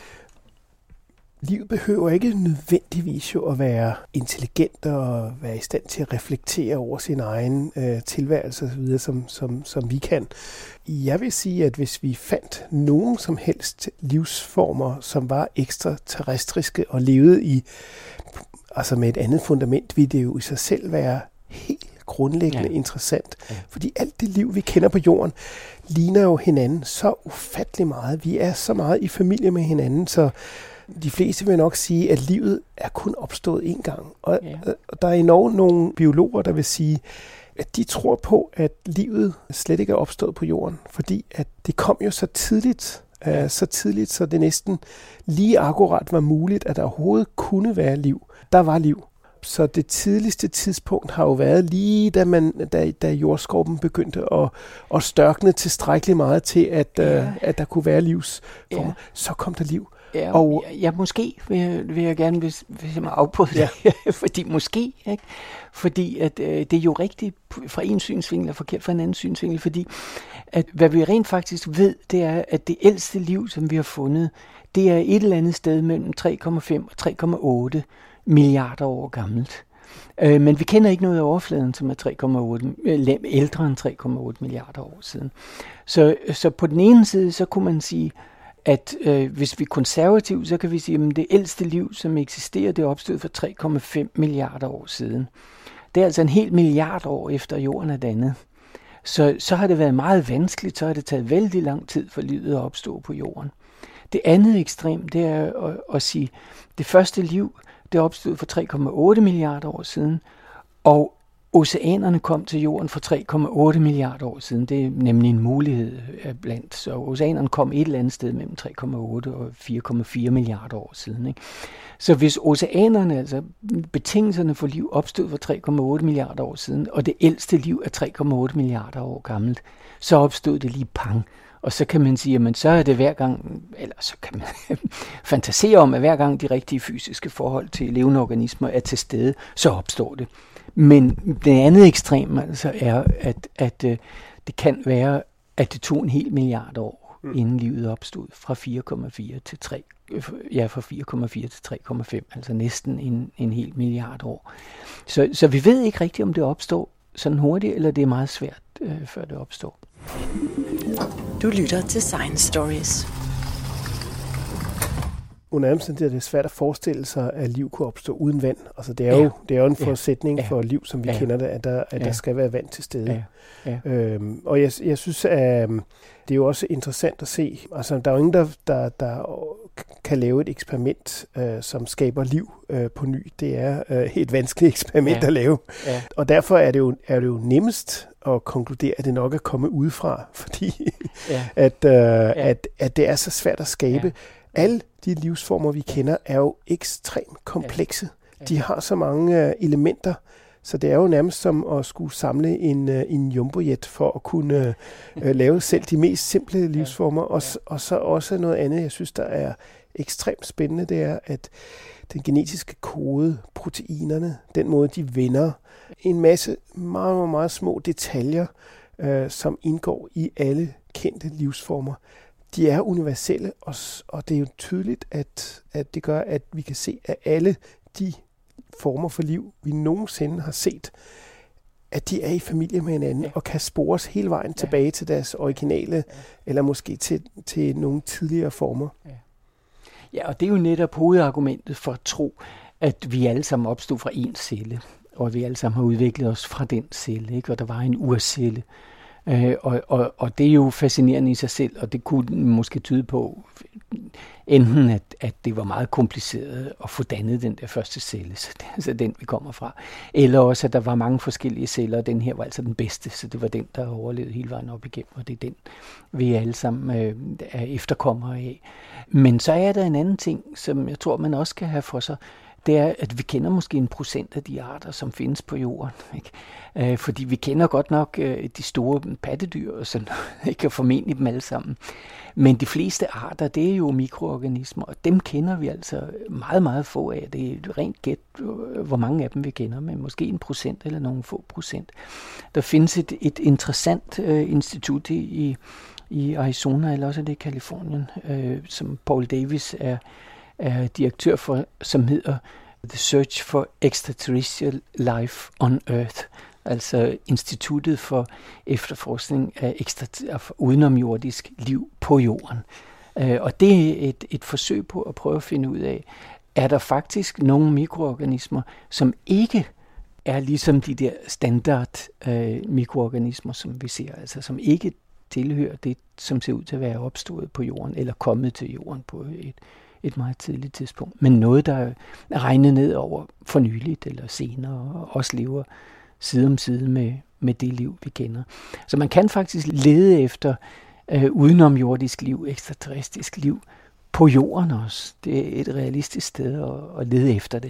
Speaker 2: livet behøver ikke nødvendigvis jo at være intelligent og være i stand til at reflektere over sin egen tilværelse osv., som vi kan. Jeg vil sige, at hvis vi fandt nogen som helst livsformer, som var ekstraterrestriske og levede altså med et andet fundament, ville det jo i sig selv være helt grundlæggende interessant. Ja. Fordi alt det liv, vi kender på jorden, ligner jo hinanden så ufattelig meget. Vi er så meget i familie med hinanden, så de fleste vil nok sige, at livet er kun opstået én gang. Og der er i Norge nogle biologer, der vil sige, at de tror på, at livet slet ikke er opstået på jorden, fordi at det kom jo så tidligt, så det næsten lige akkurat var muligt, at der overhovedet kunne være liv. Der var liv. Så det tidligste tidspunkt har jo været lige, da jordskorpen begyndte at størkne tilstrækkeligt meget til, at der kunne være livsformer. Ja. Så kom der liv.
Speaker 3: Ja, måske vil jeg gerne hvis jeg må afbryde det, fordi måske, ikke? Fordi at det er jo rigtigt fra en synsvinkel og forkert fra en anden synsvinkel, fordi at hvad vi rent faktisk ved, det er, at det ældste liv, som vi har fundet, det er et eller andet sted mellem 3,5 og 3,8 milliarder år gammelt. Men vi kender ikke noget af overfladen, som er ældre end 3,8 milliarder år siden. Så på den ene side, så kunne man sige, at hvis vi er konservative, så kan vi sige, at det ældste liv, som eksisterer, det er opstået for 3,5 milliarder år siden. Det er altså en hel milliard år efter jorden er dannet. Så har det været meget vanskeligt, så har det taget vældig lang tid for livet at opstå på jorden. Det andet ekstrem, det er at sige, at det første liv, det opstod for 3,8 milliarder år siden, og oceanerne kom til jorden for 3,8 milliarder år siden. Det er nemlig en mulighed blandt. Så oceanerne kom et eller andet sted mellem 3,8 og 4,4 milliarder år siden. Ikke? Så hvis oceanerne, altså betingelserne for liv, opstod for 3,8 milliarder år siden, og det ældste liv er 3,8 milliarder år gammelt, så opstod det lige pang. Og så kan man sige, at så er det hver gang, eller så kan man fantasere om, at hver gang de rigtige fysiske forhold til levende organismer er til stede, så opstår det. Men det andet ekstrem altså er, at det kan være, at det tog en hel milliard år, inden livet opstod, fra 4,4 til 3. Ja, fra 4,4 til 3,5, altså næsten en hel milliard år. Så vi ved ikke rigtigt, om det opstår sådan hurtigt, eller det er meget svært, før det opstår.
Speaker 1: Du lytter til Science Stories.
Speaker 2: Under omstændigheder er det svært at forestille sig, at liv kunne opstå uden vand. Altså det er jo en forudsætning for liv, som vi kender det, at der skal være vand til stede. Og jeg synes, at det er jo også interessant at se. Altså der er jo ingen, der kan lave et eksperiment, som skaber liv på ny. Det er et vanskeligt eksperiment at lave. Og derfor er det jo nemmest at konkludere, at det nok er kommet udefra, fordi at det er så svært at skabe. Alle de livsformer, vi kender, er jo ekstremt komplekse. De har så mange elementer, så det er jo nærmest som at skulle samle en jumbojet for at kunne lave selv de mest simple livsformer. Og så også noget andet, jeg synes, der er ekstremt spændende, det er, at den genetiske kode, proteinerne, den måde, de vender, en masse meget, meget, meget små detaljer, som indgår i alle kendte livsformer. De er universelle, og det er jo tydeligt, at det gør, at vi kan se, at alle de former for liv, vi nogensinde har set, at de er i familie med hinanden og kan spores hele vejen tilbage til deres originale, eller måske til nogle tidligere former.
Speaker 3: Ja, og det er jo netop hovedargumentet for at tro, at vi alle sammen opstod fra én celle, og vi alle sammen har udviklet os fra den celle, ikke? Og der var en urcelle. Og det er jo fascinerende i sig selv, og det kunne måske tyde på enten, at det var meget kompliceret at få dannet den der første celle, så det er altså den, vi kommer fra, eller også, at der var mange forskellige celler, og den her var altså den bedste, så det var den, der overlevede hele vejen op igennem, og det er den, vi alle sammen er efterkommere af. Men så er der en anden ting, som jeg tror, man også kan have for sig, det er, at vi kender måske 1% af de arter, som findes på jorden. Ikke? Fordi vi kender godt nok de store pattedyr, og sådan, ikke? Og formentlig dem alle sammen. Men de fleste arter, det er jo mikroorganismer, og dem kender vi altså meget, meget få af. Det er et rent gæt, hvor mange af dem vi kender, men måske 1% eller nogle få procent. Der findes et interessant institut i Arizona, eller også er det i Californien, som Paul Davis er direktør for, som hedder The Search for Extraterrestrial Life on Earth, altså Instituttet for Efterforskning af udenomjordisk liv på jorden. Og det er et forsøg på at prøve at finde ud af, er der faktisk nogle mikroorganismer, som ikke er ligesom de der standard mikroorganismer, som vi ser, altså som ikke tilhører det, som ser ud til at være opstået på jorden, eller kommet til jorden på et meget tidligt tidspunkt, men noget, der er regnet ned over for nyligt eller senere, og også lever side om side med det liv, vi kender. Så man kan faktisk lede efter udenomjordisk liv, ekstraterrestrisk liv, på jorden også. Det er et realistisk sted at lede efter det.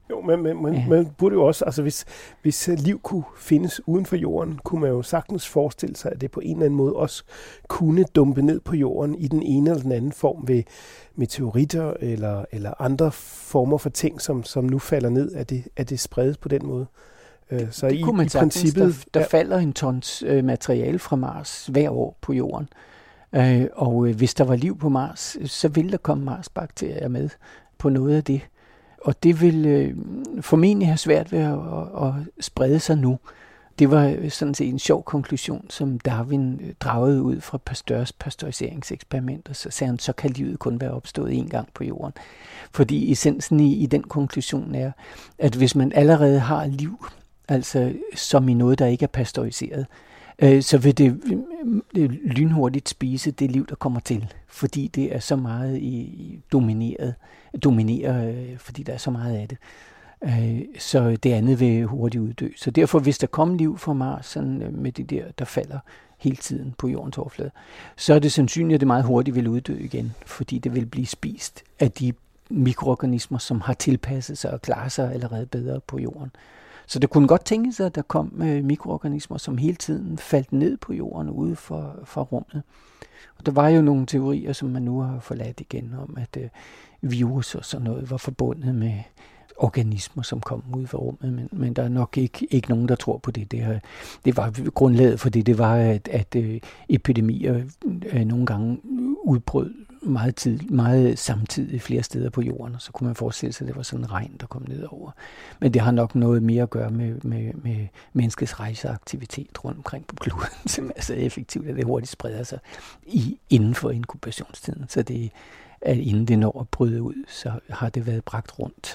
Speaker 2: Jo, man burde jo også, altså hvis liv kunne findes uden for jorden, kunne man jo sagtens forestille sig, at det på en eller anden måde også kunne dumpe ned på jorden i den ene eller den anden form ved meteoritter eller andre former for ting, som nu falder ned, at det spredes på den måde.
Speaker 3: Så det kunne man sagtens, princippet, der falder en tons materiale fra Mars hver år på jorden. Og hvis der var liv på Mars, så ville der komme Mars-bakterier med på noget af det. Og det vil formentlig have svært ved at sprede sig nu. Det var sådan set en sjov konklusion, som Darwin dragede ud fra Pasteurs pasteuriseringseksperimenter. Så sagde han, så kan livet kun være opstået en gang på jorden. Fordi essensen i den konklusion er, at hvis man allerede har liv, altså som i noget, der ikke er pasteuriseret, så vil det lynhurtigt spise det liv, der kommer til, fordi det er så meget dominerer, fordi der er så meget af det. Så det andet vil hurtigt uddø. Så derfor, hvis der kommer liv fra Mars, sådan med det der falder hele tiden på jordens overflade, så er det sandsynligt, at det meget hurtigt vil uddø igen, fordi det vil blive spist af de mikroorganismer, som har tilpasset sig og klarer sig allerede bedre på jorden. Så det kunne godt tænke sig, at der kom mikroorganismer, som hele tiden faldt ned på jorden ude fra rummet. Og der var jo nogle teorier, som man nu har forladt igen, om at virus og sådan noget var forbundet med organismer, som kom ud fra rummet, men der er nok ikke nogen, der tror på det. Det var grundlaget for det var, at epidemier nogle gange udbrød meget samtidig flere steder på jorden, og så kunne man forestille sig, at det var sådan en regn, der kom ned over. Men det har nok noget mere at gøre med menneskets rejseaktivitet rundt omkring på kloden, som er så effektivt, at det hurtigt spreder sig inden for inkubationstiden. Så det at inden det når at bryde ud, så har det været bragt rundt,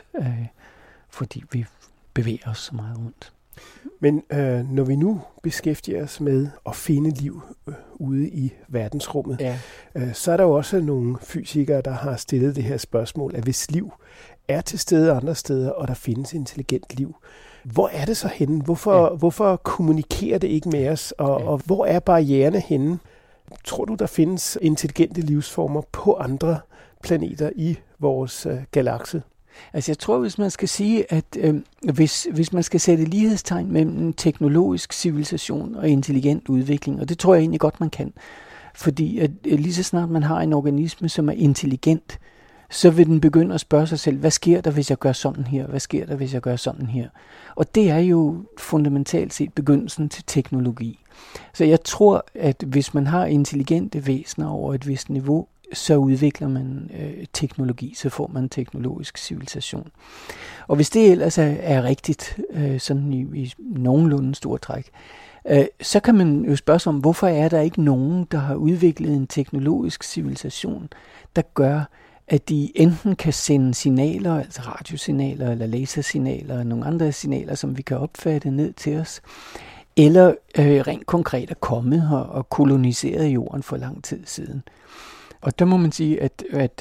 Speaker 3: fordi vi bevæger os så meget rundt.
Speaker 2: Men når vi nu beskæftiger os med at finde liv ude i verdensrummet, så er der jo også nogle fysikere, der har stillet det her spørgsmål, at hvis liv er til stede andre steder, og der findes intelligent liv, hvor er det så henne? Hvorfor kommunikerer det ikke med os, og hvor er barriererne henne? Tror du, der findes intelligente livsformer på andre planeter i vores galakse?
Speaker 3: Altså jeg tror, hvis man skal sige, at hvis man skal sætte lighedstegn mellem teknologisk civilisation og intelligent udvikling, og det tror jeg egentlig godt, man kan, fordi at lige så snart man har en organisme, som er intelligent, så vil den begynde at spørge sig selv, hvad sker der, hvis jeg gør sådan her? Hvad sker der, hvis jeg gør sådan her? Og det er jo fundamentalt set begyndelsen til teknologi. Så jeg tror, at hvis man har intelligente væsener over et vist niveau, så udvikler man teknologi, så får man teknologisk civilisation. Og hvis det ellers er rigtigt, sådan i nogenlunde stor træk, så kan man jo spørge sig om, hvorfor er der ikke nogen, der har udviklet en teknologisk civilisation, der gør, at de enten kan sende signaler, altså radiosignaler eller lasersignaler, og nogle andre signaler, som vi kan opfatte ned til os, eller rent konkret er kommet og koloniseret jorden for lang tid siden. Og der må man sige, at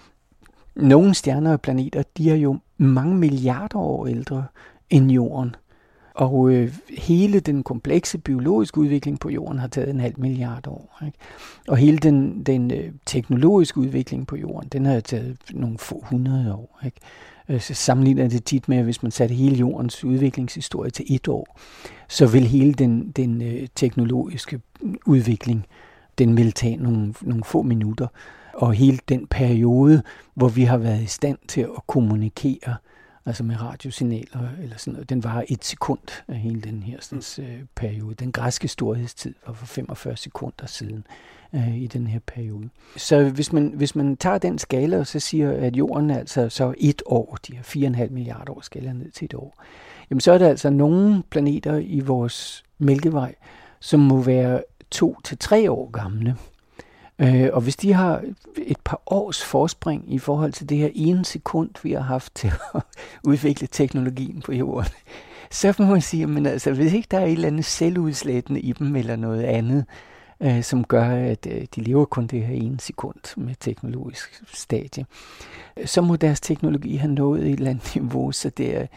Speaker 3: nogle stjerner og planeter, de er jo mange milliarder år ældre end jorden. Og hele den komplekse biologiske udvikling på jorden har taget 1,5 milliard år. Ikke? Og hele den teknologiske udvikling på jorden, den har taget nogle få 100 år. Ikke? Så sammenligner det tit med, at hvis man satte hele jordens udviklingshistorie til 1 år, så vil hele den teknologiske udvikling, den vil tage nogle få minutter. Og hele den periode, hvor vi har været i stand til at kommunikere, altså med radiosignaler eller sådan noget, den varer 1 sekund af hele den her periode. Den græske storhedstid var for 45 sekunder siden i den her periode. Så hvis man tager den skala og så siger, at jorden er altså så 1 år, de har 4,5 milliarder år skala ned til 1 år, jamen så er der altså nogle planeter i vores Mælkevej, som må være 2 til 3 år gamle. Og hvis de har et par års forspring i forhold til det her 1 sekund, vi har haft til at udvikle teknologien på jorden, så må man sige, men altså, hvis ikke der er et eller andet selvudslættende i dem eller noget andet, som gør, at de lever kun det her 1 sekund med teknologisk stadie, så må deres teknologi have nået et eller andet niveau, så det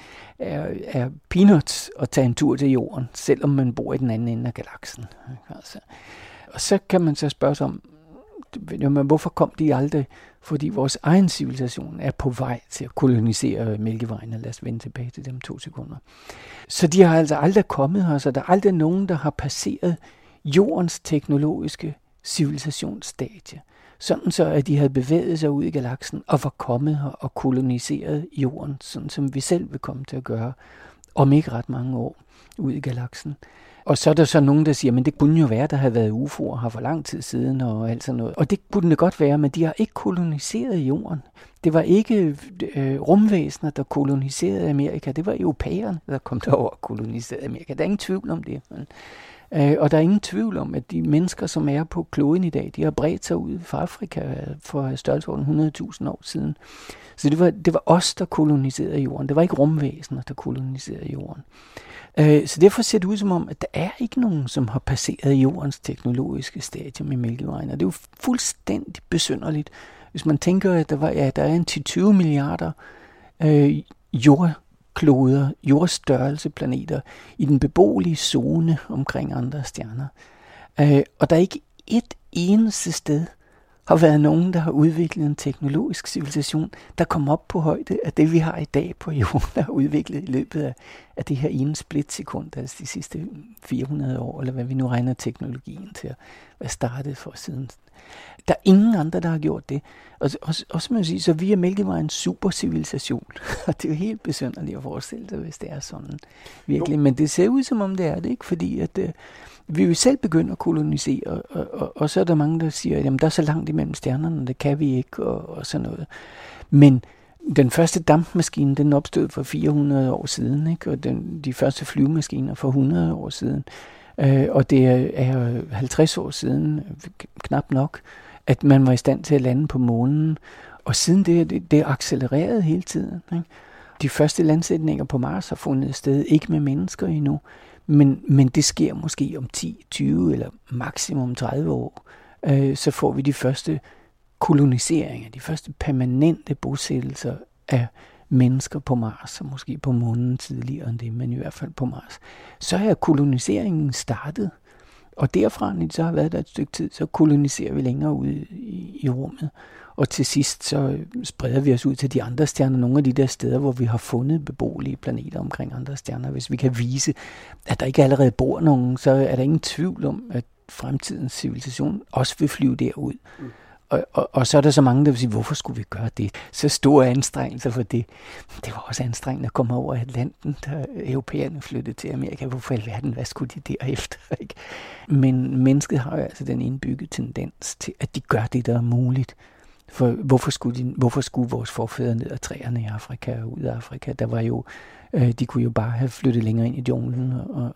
Speaker 3: er peanuts at tage en tur til jorden, selvom man bor i den anden ende af galaksen. Altså. Og så kan man så spørge sig om, Jamen, hvorfor kom de aldrig? Fordi vores egen civilisation er på vej til at kolonisere Mælkevejen, og lad os vende tilbage til dem 2 sekunder. Så de har altså aldrig kommet her, så der er aldrig nogen, der har passeret jordens teknologiske civilisationsstadie. Sådan så, at de havde bevæget sig ud i galaksen og var kommet her og koloniseret jorden, sådan som vi selv vil komme til at gøre om ikke ret mange år ud i galaksen. Og så er der så nogen, der siger, men det kunne jo være, der havde været UFO'er her for lang tid siden og alt sådan noget. Og det kunne det godt være, men de har ikke koloniseret jorden. Det var ikke rumvæsener, der koloniserede Amerika. Det var europæerne, der kom derover og koloniserede Amerika. Der er ingen tvivl om det. Og der er ingen tvivl om, at de mennesker, som er på kloden i dag, de har bredt sig ud fra Afrika for størrelsesorden 100.000 år siden. Så det var os, der koloniserede jorden. Det var ikke rumvæsener, der koloniserede jorden. Så derfor ser det ud som om, at der er ikke nogen, som har passeret jordens teknologiske stadium i Mælkevejen. Og det er jo fuldstændig besynderligt, hvis man tænker, at der er en 10-20 milliarder jordkloder, jordstørrelse planeter i den beboelige zone omkring andre stjerner. Og der er ikke et eneste sted har været nogen, der har udviklet en teknologisk civilisation, der kom op på højde af det, vi har i dag på jorden, der har udviklet i løbet af det her ene splitsekund, altså de sidste 400 år, eller hvad vi nu regner teknologien til at være startet for siden. Der er ingen andre, der har gjort det. Og så må jeg sige, så vi er Mælkevejens supercivilisation. Og det er jo helt besynderligt at forestille sig, hvis det er sådan virkelig. Men det ser ud, som om det er det, ikke? Fordi at vi vil selv begynde at kolonisere, og så er der mange, der siger, at der er så langt imellem stjernerne, det kan vi ikke, og sådan noget. Men den første dampmaskine, den opstod for 400 år siden, ikke? Og de første flyvemaskiner for 100 år siden. Og det er 50 år siden, knap nok, at man var i stand til at lande på månen. Og siden det accelererede hele tiden. Ikke? De første landsætninger på Mars har fundet sted, ikke med mennesker endnu, men det sker måske om 10, 20 eller maksimum 30 år. Så får vi de første koloniseringer, de første permanente bosættelser af mennesker på Mars, og måske på månen tidligere end det, men i hvert fald på Mars. Så er koloniseringen startet, og derfra, når det så har været der et stykke tid, så koloniserer vi længere ud i rummet. Og til sidst, så spreder vi os ud til de andre stjerner, nogle af de der steder, hvor vi har fundet beboelige planeter omkring andre stjerner. Hvis vi kan vise, at der ikke allerede bor nogen, så er der ingen tvivl om, at fremtidens civilisation også vil flyve derud. Og så er der så mange, der vil sige, hvorfor skulle vi gøre det? Så store anstrengelser for det. Det var også anstrengende at komme over Atlanten, da europæerne flyttede til Amerika. Hvorfor i alverden, hvad skulle de derefter? Ikke? Men mennesket har jo altså den indbygget tendens til, at de gør det, der er muligt. For hvorfor skulle vores forfædre ned ad træerne i Afrika og ud af Afrika? Der var jo, de kunne jo bare have flyttet længere ind i junglen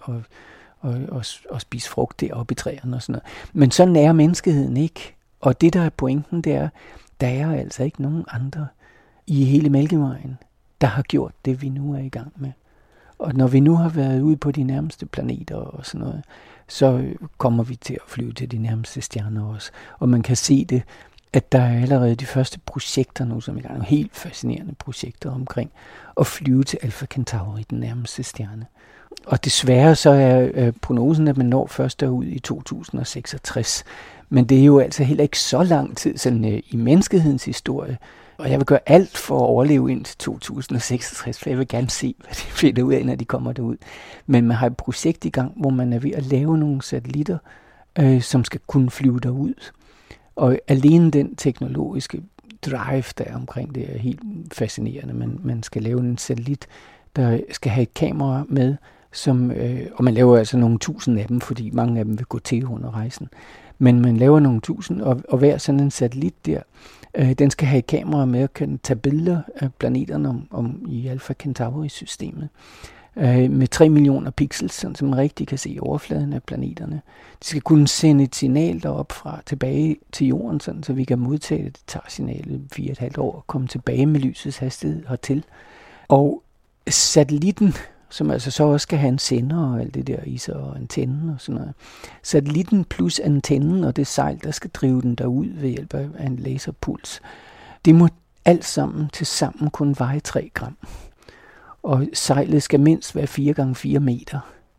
Speaker 3: og spise frugt deroppe i træerne og sådan noget. Men sådan er menneskeheden ikke. Og det, der er pointen, det er, der er altså ikke nogen andre i hele Mælkevejen, der har gjort det, vi nu er i gang med. Og når vi nu har været ude på de nærmeste planeter og sådan noget, så kommer vi til at flyve til de nærmeste stjerner også. Og man kan se det, at der er allerede de første projekter nu, som er i gang, helt fascinerende projekter omkring at flyve til Alpha Centauri, den nærmeste stjerne. Og desværre så er prognosen, at man når først derud i 2066. Men det er jo altså heller ikke så lang tid sådan, i menneskehedens historie. Og jeg vil gøre alt for at overleve indtil 2066, for jeg vil gerne se, hvad de finder ud af, når de kommer derud. Men man har et projekt i gang, hvor man er ved at lave nogle satellitter, som skal kunne flyve derud. Og alene den teknologiske drive, der er omkring det, er helt fascinerende. Man skal lave en satellit, der skal have et kamera med, og man laver altså nogle 1000 af dem, fordi mange af dem vil gå til under rejsen. Men man laver nogle 1000, og hver sådan en satellit der, den skal have et kamera med og kan tage billeder af planeterne om i Alpha Centauri-systemet. Med 3 millioner pixels, sådan, så man rigtig kan se overfladen af planeterne. De skal kunne sende et signal derop fra tilbage til jorden, sådan, så vi kan modtage det. Det tager signalet 4,5 år at komme tilbage med lysets hastighed hertil. Og satellitten, som altså så også skal have en sender og alt det der i sig, og antennen og sådan noget. Satellitten plus antennen og det sejl, der skal drive den derud ved hjælp af en laserpuls, det må alt sammen til sammen kun veje 3 gram. Og sejlet skal mindst være 4x4 meter.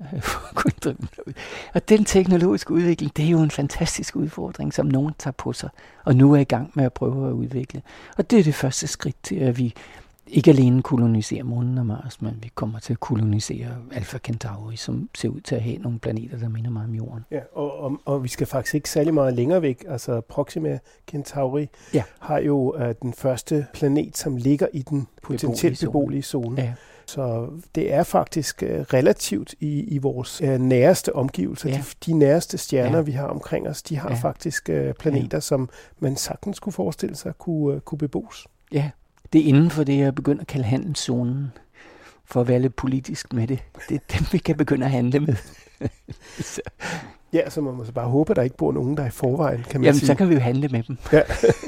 Speaker 3: Og den teknologiske udvikling, det er jo en fantastisk udfordring, som nogen tager på sig, og nu er i gang med at prøve at udvikle. Og det er det første skridt til, at vi ikke alene koloniserer månen og Mars, men vi kommer til at kolonisere Alpha Centauri, som ser ud til at have nogle planeter, der minder meget om Jorden.
Speaker 2: Ja, og vi skal faktisk ikke særlig meget længere væk. Altså Proxima Centauri har jo den første planet, som ligger i den potentielt beboelige zone. Ja. Så det er faktisk relativt i vores næreste omgivelser. Ja. De næreste stjerner, vi har omkring os, de har faktisk planeter, som man sagtens kunne forestille sig kunne bebos.
Speaker 3: Ja, det er inden for det, jeg begynder at kalde handelszonen, for at være lidt politisk med det. Det er dem, vi kan begynde at handle med.
Speaker 2: Ja, så man må så bare håbe, at der ikke bor nogen, der er i forvejen, kan man sige.
Speaker 3: Så kan vi jo handle med dem.
Speaker 2: Ja.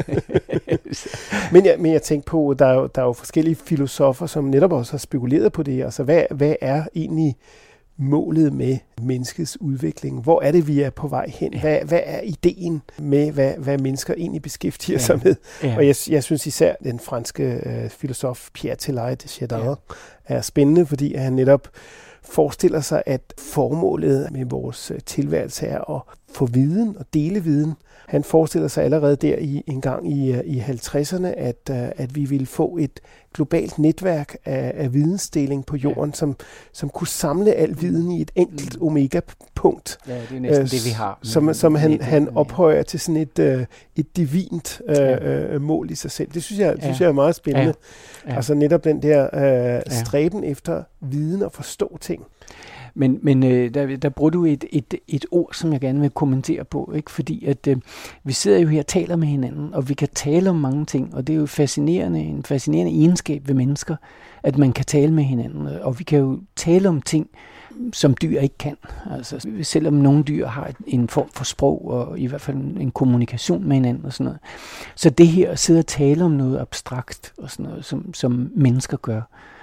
Speaker 2: Men jeg tænker på, der er jo forskellige filosofer, som netop også har spekuleret på det. Altså, hvad er egentlig målet med menneskets udvikling? Hvor er det, vi er på vej hen? Hvad er ideen med, hvad mennesker egentlig beskæftiger sig med? Ja. Og jeg synes især, den franske filosof Pierre Teilhard de Chardin er spændende, fordi han netop forestiller sig, at formålet med vores tilværelse er at få viden og dele viden. Han forestiller sig allerede der en gang i 50'erne, at vi ville få et globalt netværk af vidensdeling på jorden, som kunne samle al viden i et enkelt omega-punkt.
Speaker 3: Ja, det er næsten det, vi har.
Speaker 2: Som han ophøjer til sådan et divint mål i sig selv. Det synes jeg er meget spændende. Ja. Altså netop den der stræben efter viden og forstå ting.
Speaker 3: Men der bruger du et ord, som jeg gerne vil kommentere på, ikke? Fordi at vi sidder jo her og taler med hinanden, og vi kan tale om mange ting, og det er jo en fascinerende egenskab ved mennesker, at man kan tale med hinanden, og vi kan jo tale om ting, som dyr ikke kan. Altså, selvom nogle dyr har en form for sprog, og i hvert fald en kommunikation med hinanden og sådan noget. Så det her at sidde og tale om noget abstrakt og sådan noget, som mennesker gør,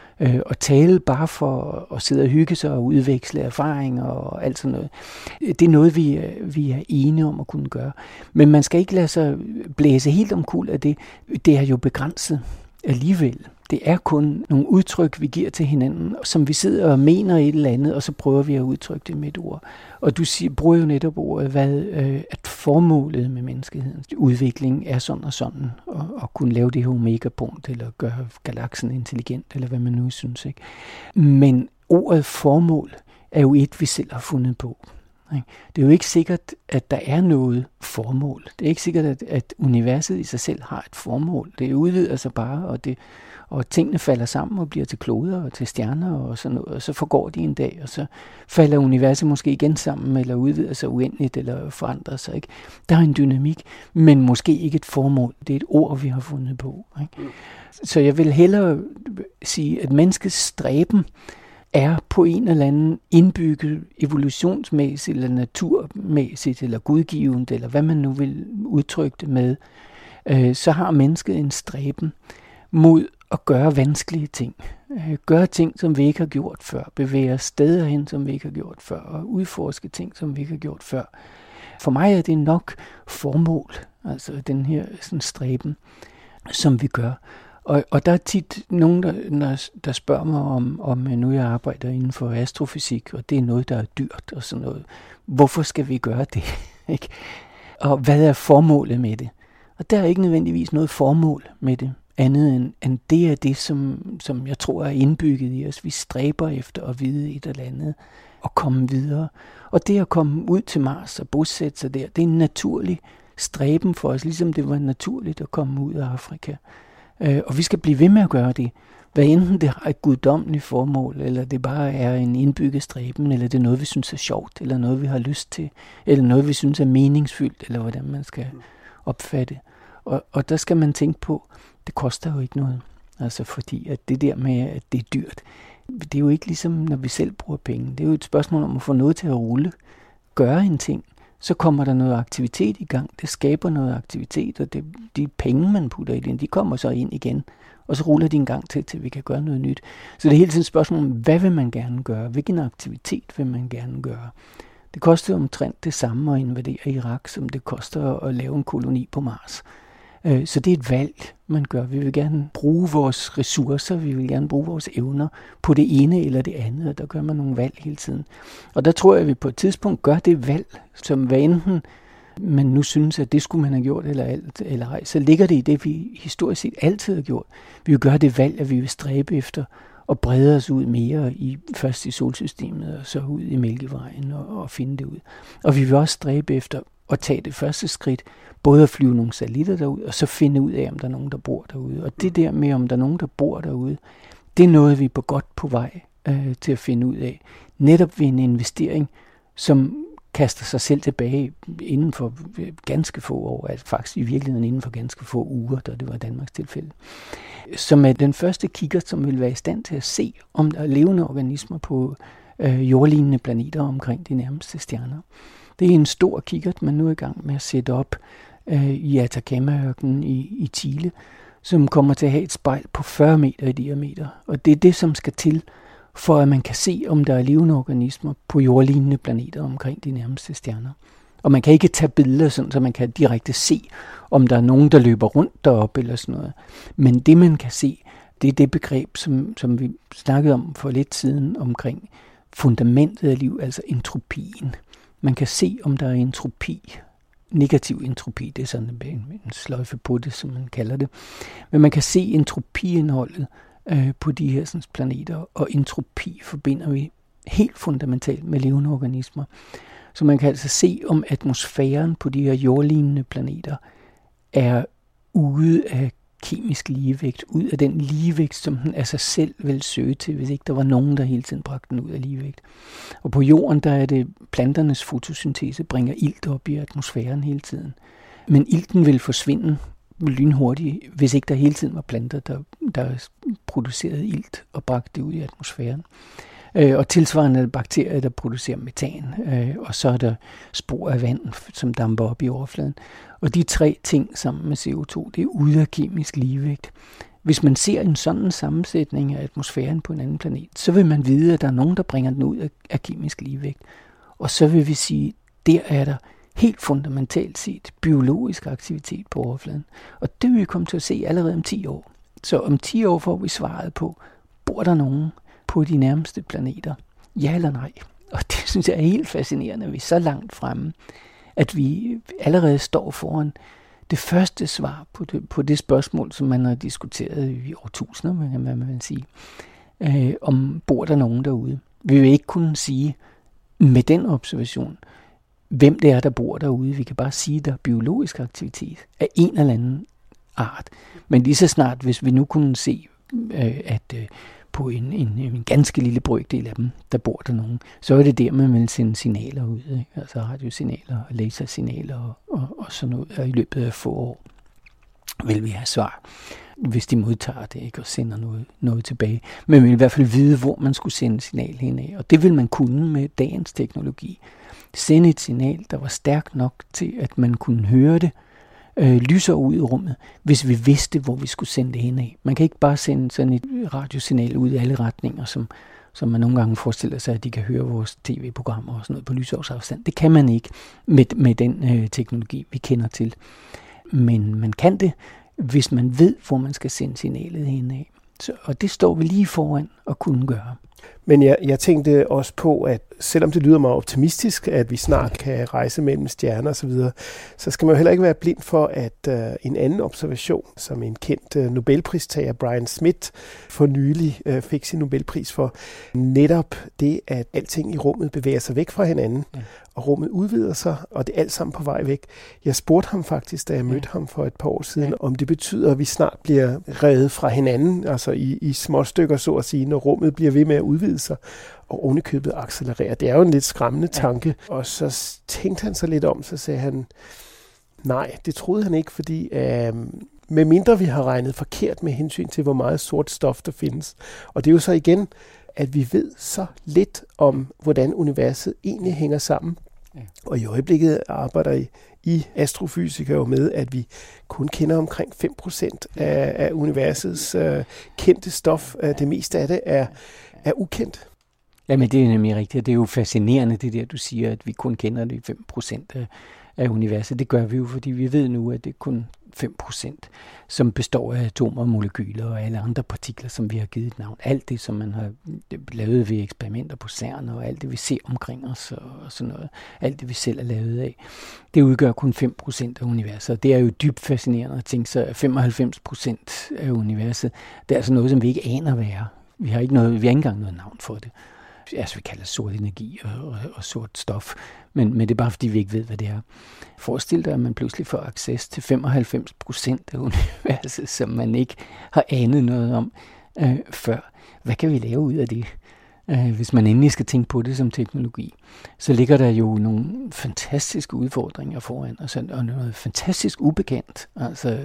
Speaker 3: og tale bare for at sidde og hygge sig og udveksle erfaringer og alt sådan noget. Det er noget, vi er enige om at kunne gøre. Men man skal ikke lade sig blæse helt omkuld af det. Det er jo begrænset alligevel. Det er kun nogle udtryk, vi giver til hinanden, som vi sidder og mener et eller andet, og så prøver vi at udtrykke det med et ord. Og du bruger jo netop ordet, at formålet med menneskehedens udvikling er sådan og sådan, og kunne lave det her omega-punkt, eller gøre galaksen intelligent, eller hvad man nu synes, ikke? Men ordet formål er jo et, vi selv har fundet på. Det er jo ikke sikkert, at der er noget formål. Det er ikke sikkert, at universet i sig selv har et formål. Det udvider sig bare, og tingene falder sammen og bliver til kloder og til stjerner og sådan noget, og så forgår de en dag, og så falder universet måske igen sammen, eller udvider sig uendeligt, eller forandrer sig, ikke? Der er en dynamik, men måske ikke et formål. Det er et ord, vi har fundet på, ikke? Så jeg vil hellere sige, at menneskets stræben er på en eller anden indbygget evolutionsmæssigt, eller naturmæssigt, eller gudgivende, eller hvad man nu vil udtrykke det med, så har mennesket en stræben mod at gøre vanskelige ting. Gøre ting, som vi ikke har gjort før. Bevæge os steder hen, som vi ikke har gjort før. Og udforske ting, som vi ikke har gjort før. For mig er det nok formål, altså den her sådan stræben, som vi gør. Og der er tit nogen, der spørger mig om nu jeg arbejder inden for astrofysik, og det er noget, der er dyrt og sådan noget. Hvorfor skal vi gøre det? Ikke? Og hvad er formålet med det? Og der er ikke nødvendigvis noget formål med det, andet end det er det, som jeg tror er indbygget i os. Vi stræber efter at vide et eller andet og komme videre. Og det at komme ud til Mars og bosætte sig der, det er en naturlig stræben for os, ligesom det var naturligt at komme ud af Afrika. Og vi skal blive ved med at gøre det. Hvad enten det har et guddommeligt formål, eller det bare er en indbygget stræben, eller det er noget, vi synes er sjovt, eller noget, vi har lyst til, eller noget, vi synes er meningsfyldt, eller hvordan man skal opfatte. Og der skal man tænke på, det koster jo ikke noget. Altså fordi at det der med, at det er dyrt, det er jo ikke ligesom, når vi selv bruger penge. Det er jo et spørgsmål om at få noget til at rulle. Gøre en ting. Så kommer der noget aktivitet i gang. Det skaber noget aktivitet, og de penge, man putter i den, de kommer så ind igen. Og så ruller de en gang til vi kan gøre noget nyt. Så det er hele tiden et spørgsmål om, hvad vil man gerne gøre? Hvilken aktivitet vil man gerne gøre? Det koster omtrent det samme at invadere Irak, som det koster at lave en koloni på Mars. Så det er et valg, man gør. Vi vil gerne bruge vores ressourcer, vi vil gerne bruge vores evner på det ene eller det andet, og der gør man nogle valg hele tiden. Og der tror jeg, at vi på et tidspunkt gør det valg, som hvad enten man nu synes, at det skulle man have gjort eller ej, så ligger det i det, vi historisk set altid har gjort. Vi vil gøre det valg, at vi vil stræbe efter at brede os ud mere, først i solsystemet og så ud i Mælkevejen og finde det ud. Og vi vil også stræbe efter at tage det første skridt, både at flyve nogle satellitter derud, og så finde ud af, om der er nogen, der bor derude. Og det der med, om der er nogen, der bor derude, det er noget, vi er godt på vej til at finde ud af. Netop ved en investering, som kaster sig selv tilbage inden for ganske få år, altså faktisk i virkeligheden inden for ganske få uger, da det var Danmarks tilfælde, som er den første kikkert, som vil være i stand til at se, om der er levende organismer på jordlignende planeter omkring de nærmeste stjerner. Det er en stor kikkert, man nu er i gang med at sætte op i Atacama-ørkenen i Chile, som kommer til at have et spejl på 40 meter i diameter. Og det er det, som skal til, for at man kan se, om der er levende organismer på jordlignende planeter omkring de nærmeste stjerner. Og man kan ikke tage billeder, sådan, så man kan direkte se, om der er nogen, der løber rundt deroppe eller sådan noget. Men det, man kan se, det er det begreb, som vi snakkede om for lidt siden omkring fundamentet af liv, altså entropien. Man kan se, om der er entropi, negativ entropi, det er sådan en sløjfe på det, som man kalder det. Men man kan se entropiindholdet på de her sådan, planeter, og entropi forbinder vi helt fundamentalt med levende organismer. Så man kan altså se, om atmosfæren på de her jordlignende planeter er ude af kemisk ligevægt, ud af den ligevægt, som den af sig selv vil søge til, hvis ikke der var nogen, der hele tiden bragte den ud af ligevægt. Og på jorden, der er det planternes fotosyntese, bringer ilt op i atmosfæren hele tiden. Men ilten vil forsvinde lynhurtigt, hvis ikke der hele tiden var planter, der producerede ilt og bragte det ud i atmosfæren. Og tilsvarende er det bakterier, der producerer metan, og så er der spor af vand, som damper op i overfladen. Og de tre ting sammen med CO2, det er ude af kemisk ligevægt. Hvis man ser en sådan sammensætning af atmosfæren på en anden planet, så vil man vide, at der er nogen, der bringer den ud af kemisk ligevægt. Og så vil vi sige, der er der helt fundamentalt set biologisk aktivitet på overfladen. Og det vil vi komme til at se allerede om 10 år. Så om 10 år får vi svaret på, bor der nogen på de nærmeste planeter? Ja eller nej? Og det synes jeg er helt fascinerende, at vi er så langt fremme, at vi allerede står foran det første svar på det spørgsmål, som man har diskuteret i årtusinder, man vil sige, om bor der nogen derude. Vi vil ikke kunne sige med den observation, hvem det er, der bor derude. Vi kan bare sige, at der er biologisk aktivitet af en eller anden art. Men lige så snart, hvis vi nu kunne se, at på en ganske lille brøkdel af dem, der bor der nogen, så er det der, man vil sende signaler ud. Ikke? Altså radiosignaler og lasersignaler og sådan noget. Og i løbet af få år vil vi have svar, hvis de modtager det, ikke, og sender noget tilbage. Men man vil i hvert fald vide, hvor man skulle sende signal hen af. Og det vil man kunne med dagens teknologi. Sende et signal, der var stærkt nok til, at man kunne høre det, lyser ud i rummet, hvis vi vidste, hvor vi skulle sende det hen af. Man kan ikke bare sende sådan et radiosignal ud i alle retninger, som man nogle gange forestiller sig, at de kan høre vores tv-programmer og sådan noget på lysårsafstand. Det kan man ikke med den teknologi, vi kender til. Men man kan det, hvis man ved, hvor man skal sende signalet hen af. Og det står vi lige foran at kunne gøre.
Speaker 2: Men jeg tænkte også på, at selvom det lyder meget optimistisk, at vi snart kan rejse mellem stjerner osv., så skal man jo heller ikke være blind for, at en anden observation, som en kendt Nobelpristager, Brian Smith, for nylig fik sin Nobelpris for, netop det, at alting i rummet bevæger sig væk fra hinanden, og rummet udvider sig, og det er alt sammen på vej væk. Jeg spurgte ham faktisk, da jeg mødte ham for et par år siden, om det betyder, at vi snart bliver revet fra hinanden, altså i små stykker, så at sige, når rummet bliver ved med at udvide sig, og ovenikøbet accelerere. Det er jo en lidt skræmmende tanke. Og så tænkte han så lidt om, så sagde han, nej, det troede han ikke, fordi medmindre vi har regnet forkert med hensyn til, hvor meget sort stof der findes. Og det er jo så igen, at vi ved så lidt om, hvordan universet egentlig hænger sammen. Ja. Og i øjeblikket arbejder I astrofysikere jo med, at vi kun kender omkring 5% af universets kendte stof. Det meste af det er ukendt.
Speaker 3: Jamen det er nemlig rigtigt. Det er jo fascinerende, det der, du siger, at vi kun kender de 5% af universet. Det gør vi jo, fordi vi ved nu, at det kun 5%, som består af atomer, molekyler og alle andre partikler, som vi har givet et navn. Alt det, som man har lavet ved eksperimenter på CERN, og alt det, vi ser omkring os og sådan noget. Alt det, vi selv er lavet af. Det udgør kun 5% af universet. Det er jo dybt fascinerende at tænke sig, at 95% af universet, det er altså noget, som vi ikke aner hvad er. Vi har ikke engang noget navn for det. Altså, vi kalder det sort energi og sort stof, men det er bare, fordi vi ikke ved, hvad det er. Forestil dig, at man pludselig får access til 95% af universet, som man ikke har anet noget om før. Hvad kan vi lave ud af det? Hvis man endelig skal tænke på det som teknologi, så ligger der jo nogle fantastiske udfordringer foran os, og noget fantastisk ubekendt, altså,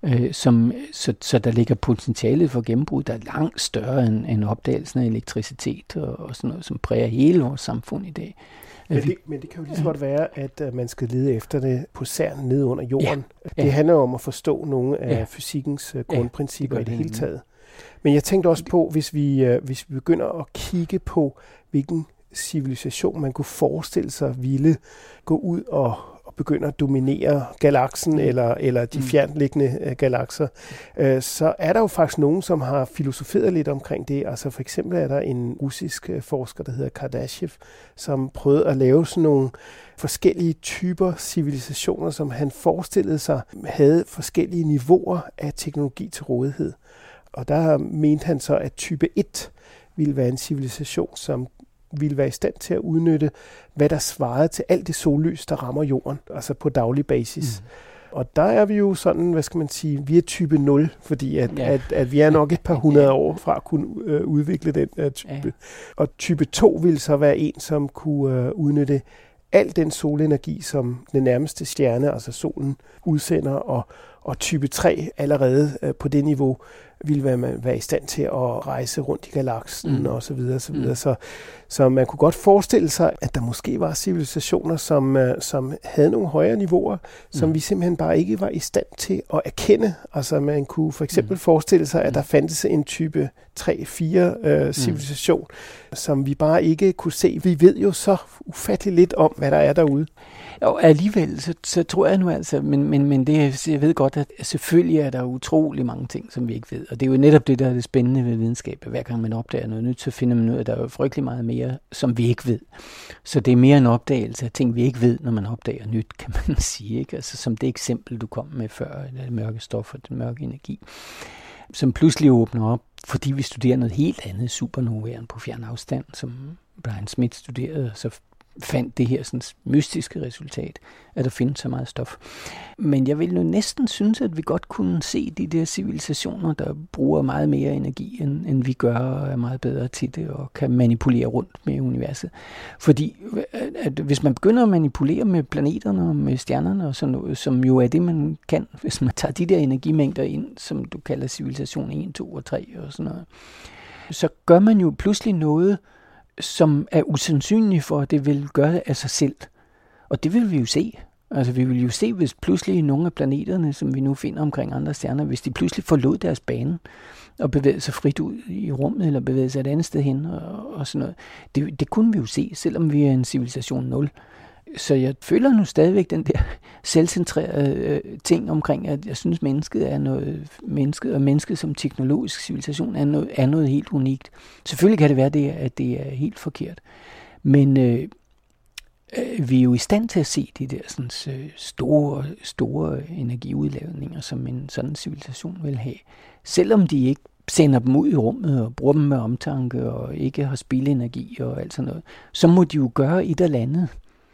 Speaker 3: så der ligger potentialet for gennembrud, der er langt større end opdagelsen af elektricitet og sådan noget, som præger hele vores samfund i dag.
Speaker 2: Men det kan jo lige så godt være, at man skal lede efter det på CERN nede under jorden. Ja. Det handler om at forstå nogle af fysikkens grundprincipper i det hele taget. Men jeg tænkte også på, hvis vi begynder at kigge på, hvilken civilisation man kunne forestille sig ville gå ud og begynde at dominere galaksen eller de fjernliggende galakser, så er der jo faktisk nogen, som har filosoferet lidt omkring det. Altså for eksempel er der en russisk forsker, der hedder Kardashev, som prøvede at lave sådan nogle forskellige typer civilisationer, som han forestillede sig havde forskellige niveauer af teknologi til rådighed. Og der mente han så, at type 1 ville være en civilisation, som ville være i stand til at udnytte, hvad der svarede til alt det sollys, der rammer jorden, altså på daglig basis. Og der er vi jo sådan, hvad skal man sige, vi er type 0, fordi at vi er nok et par hundrede år fra at kunne udvikle den type. Og type 2 ville så være en, som kunne udnytte al den solenergi, som den nærmeste stjerne, altså solen, udsender, og type 3 allerede på det niveau ville være i stand til at rejse rundt i galaksen og så videre, så videre. Så man kunne godt forestille sig, at der måske var civilisationer, som havde nogle højere niveauer, som vi simpelthen bare ikke var i stand til at erkende. Altså man kunne for eksempel forestille sig, at der fandtes en type 3-4 civilisation, som vi bare ikke kunne se. Vi ved jo så ufatteligt lidt om, hvad der er derude.
Speaker 3: Og alligevel, så tror jeg nu altså, men det, jeg ved godt, at selvfølgelig er der utrolig mange ting, som vi ikke ved. Og det er jo netop det, der er det spændende ved videnskab. Hver gang man opdager noget nyt, så finder man ud af, at der er jo frygtelig meget mere, som vi ikke ved. Så det er mere en opdagelse af ting, vi ikke ved, når man opdager nyt, kan man sige. Ikke? Altså som det eksempel, du kom med før, det mørke stof og den mørke energi, som pludselig åbner op, fordi vi studerer noget helt andet, supernovaen på fjern afstand, som Brian Smith studerede, så fandt det her sådan mystiske resultat, at der findes så meget stof. Men jeg vil nu næsten synes, at vi godt kunne se de der civilisationer, der bruger meget mere energi, end vi gør, og er meget bedre til det, og kan manipulere rundt med universet. Fordi at hvis man begynder at manipulere med planeterne og med stjernerne og sådan noget, som jo er det, man kan, hvis man tager de der energimængder ind, som du kalder civilisation 1, 2 og 3 og sådan noget, så gør man jo pludselig noget, som er usandsynligt for, at det vil gøre det af sig selv. Og det vil vi jo se. Altså vi vil jo se, hvis pludselig nogle af planeterne, som vi nu finder omkring andre stjerner, hvis de pludselig forlod deres bane og bevægede sig frit ud i rummet, eller bevægede sig et andet sted hen og sådan noget. Det kunne vi jo se, selvom vi er en civilisation 0. Så jeg føler nu stadigvæk den der selvcentrerede ting omkring, at jeg synes, mennesket og mennesket som teknologisk civilisation er noget helt unikt. Selvfølgelig kan det være, at det er helt forkert. Men vi er jo i stand til at se de der sådan, store energiudladninger, som en sådan civilisation vil have. Selvom de ikke sender dem ud i rummet og bruger dem med omtanke og ikke har spildenergi og alt sådan noget, så må de jo gøre et eller andet.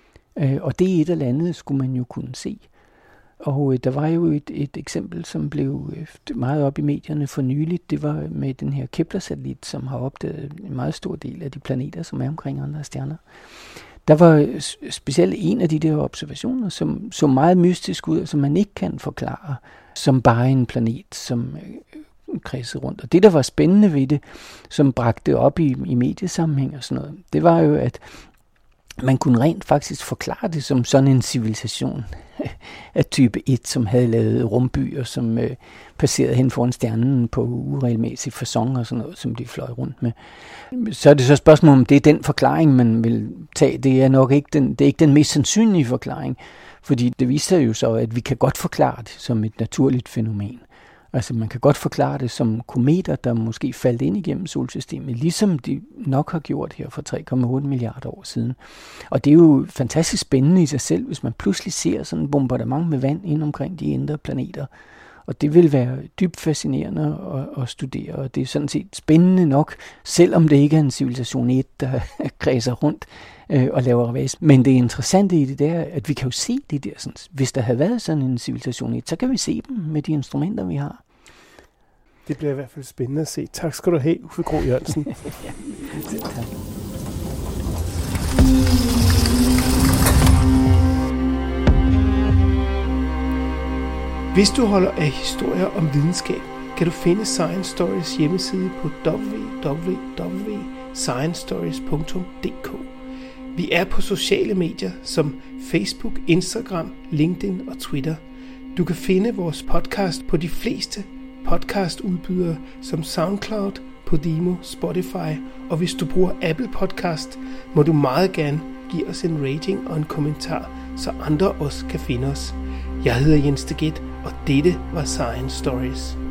Speaker 3: Og det et eller andet skulle man jo kunne se. Og der var jo et eksempel, som blev meget op i medierne for nyligt. Det var med den her Kepler-satellit, som har opdaget en meget stor del af de planeter, som er omkring andre stjerner. Der var specielt en af de der observationer, som så meget mystisk ud, som man ikke kan forklare, som bare en planet, som kredsede rundt. Og det, der var spændende ved det, som bragte op i mediesammenhæng og sådan noget, det var jo, at man kunne rent faktisk forklare det som sådan en civilisation af type 1, som havde lavet rumbyer, som passerede hen foran stjernen på uregelmæssig facon og sådan noget, som de fløj rundt med. Så er det så et spørgsmål, om det er den forklaring, man vil tage. Det er nok ikke den mest sandsynlige forklaring, Fordi det viser jo så, at vi kan godt forklare det som et naturligt fænomen. Altså man kan godt forklare det som kometer, der måske faldt ind igennem solsystemet, ligesom de nok har gjort her for 3,8 milliarder år siden. Og det er jo fantastisk spændende i sig selv, hvis man pludselig ser sådan en bombardement med vand ind omkring de indre planeter. Og det vil være dybt fascinerende at studere, og det er sådan set spændende nok, selvom det ikke er en civilisation 1, der kredser rundt og laver ravage. Men det interessante i det er, at vi kan jo se det der. Sådan, hvis der havde været sådan en civilisation 1, så kan vi se dem med de instrumenter, vi har.
Speaker 2: Det bliver i hvert fald spændende at se. Tak skal du have, Uffe Gro Jørgensen.
Speaker 3: Ja, tak.
Speaker 2: Hvis du holder af historier om videnskab, kan du finde Science Stories hjemmeside på www.sciencestories.dk. Vi er på sociale medier som Facebook, Instagram, LinkedIn og Twitter. Du kan finde vores podcast på de fleste podcastudbydere som SoundCloud, Podimo, Spotify, og hvis du bruger Apple Podcast, må du meget gerne give os en rating og en kommentar, så andre også kan finde os. Jeg hedder Jens de Get, og dette var Science Stories.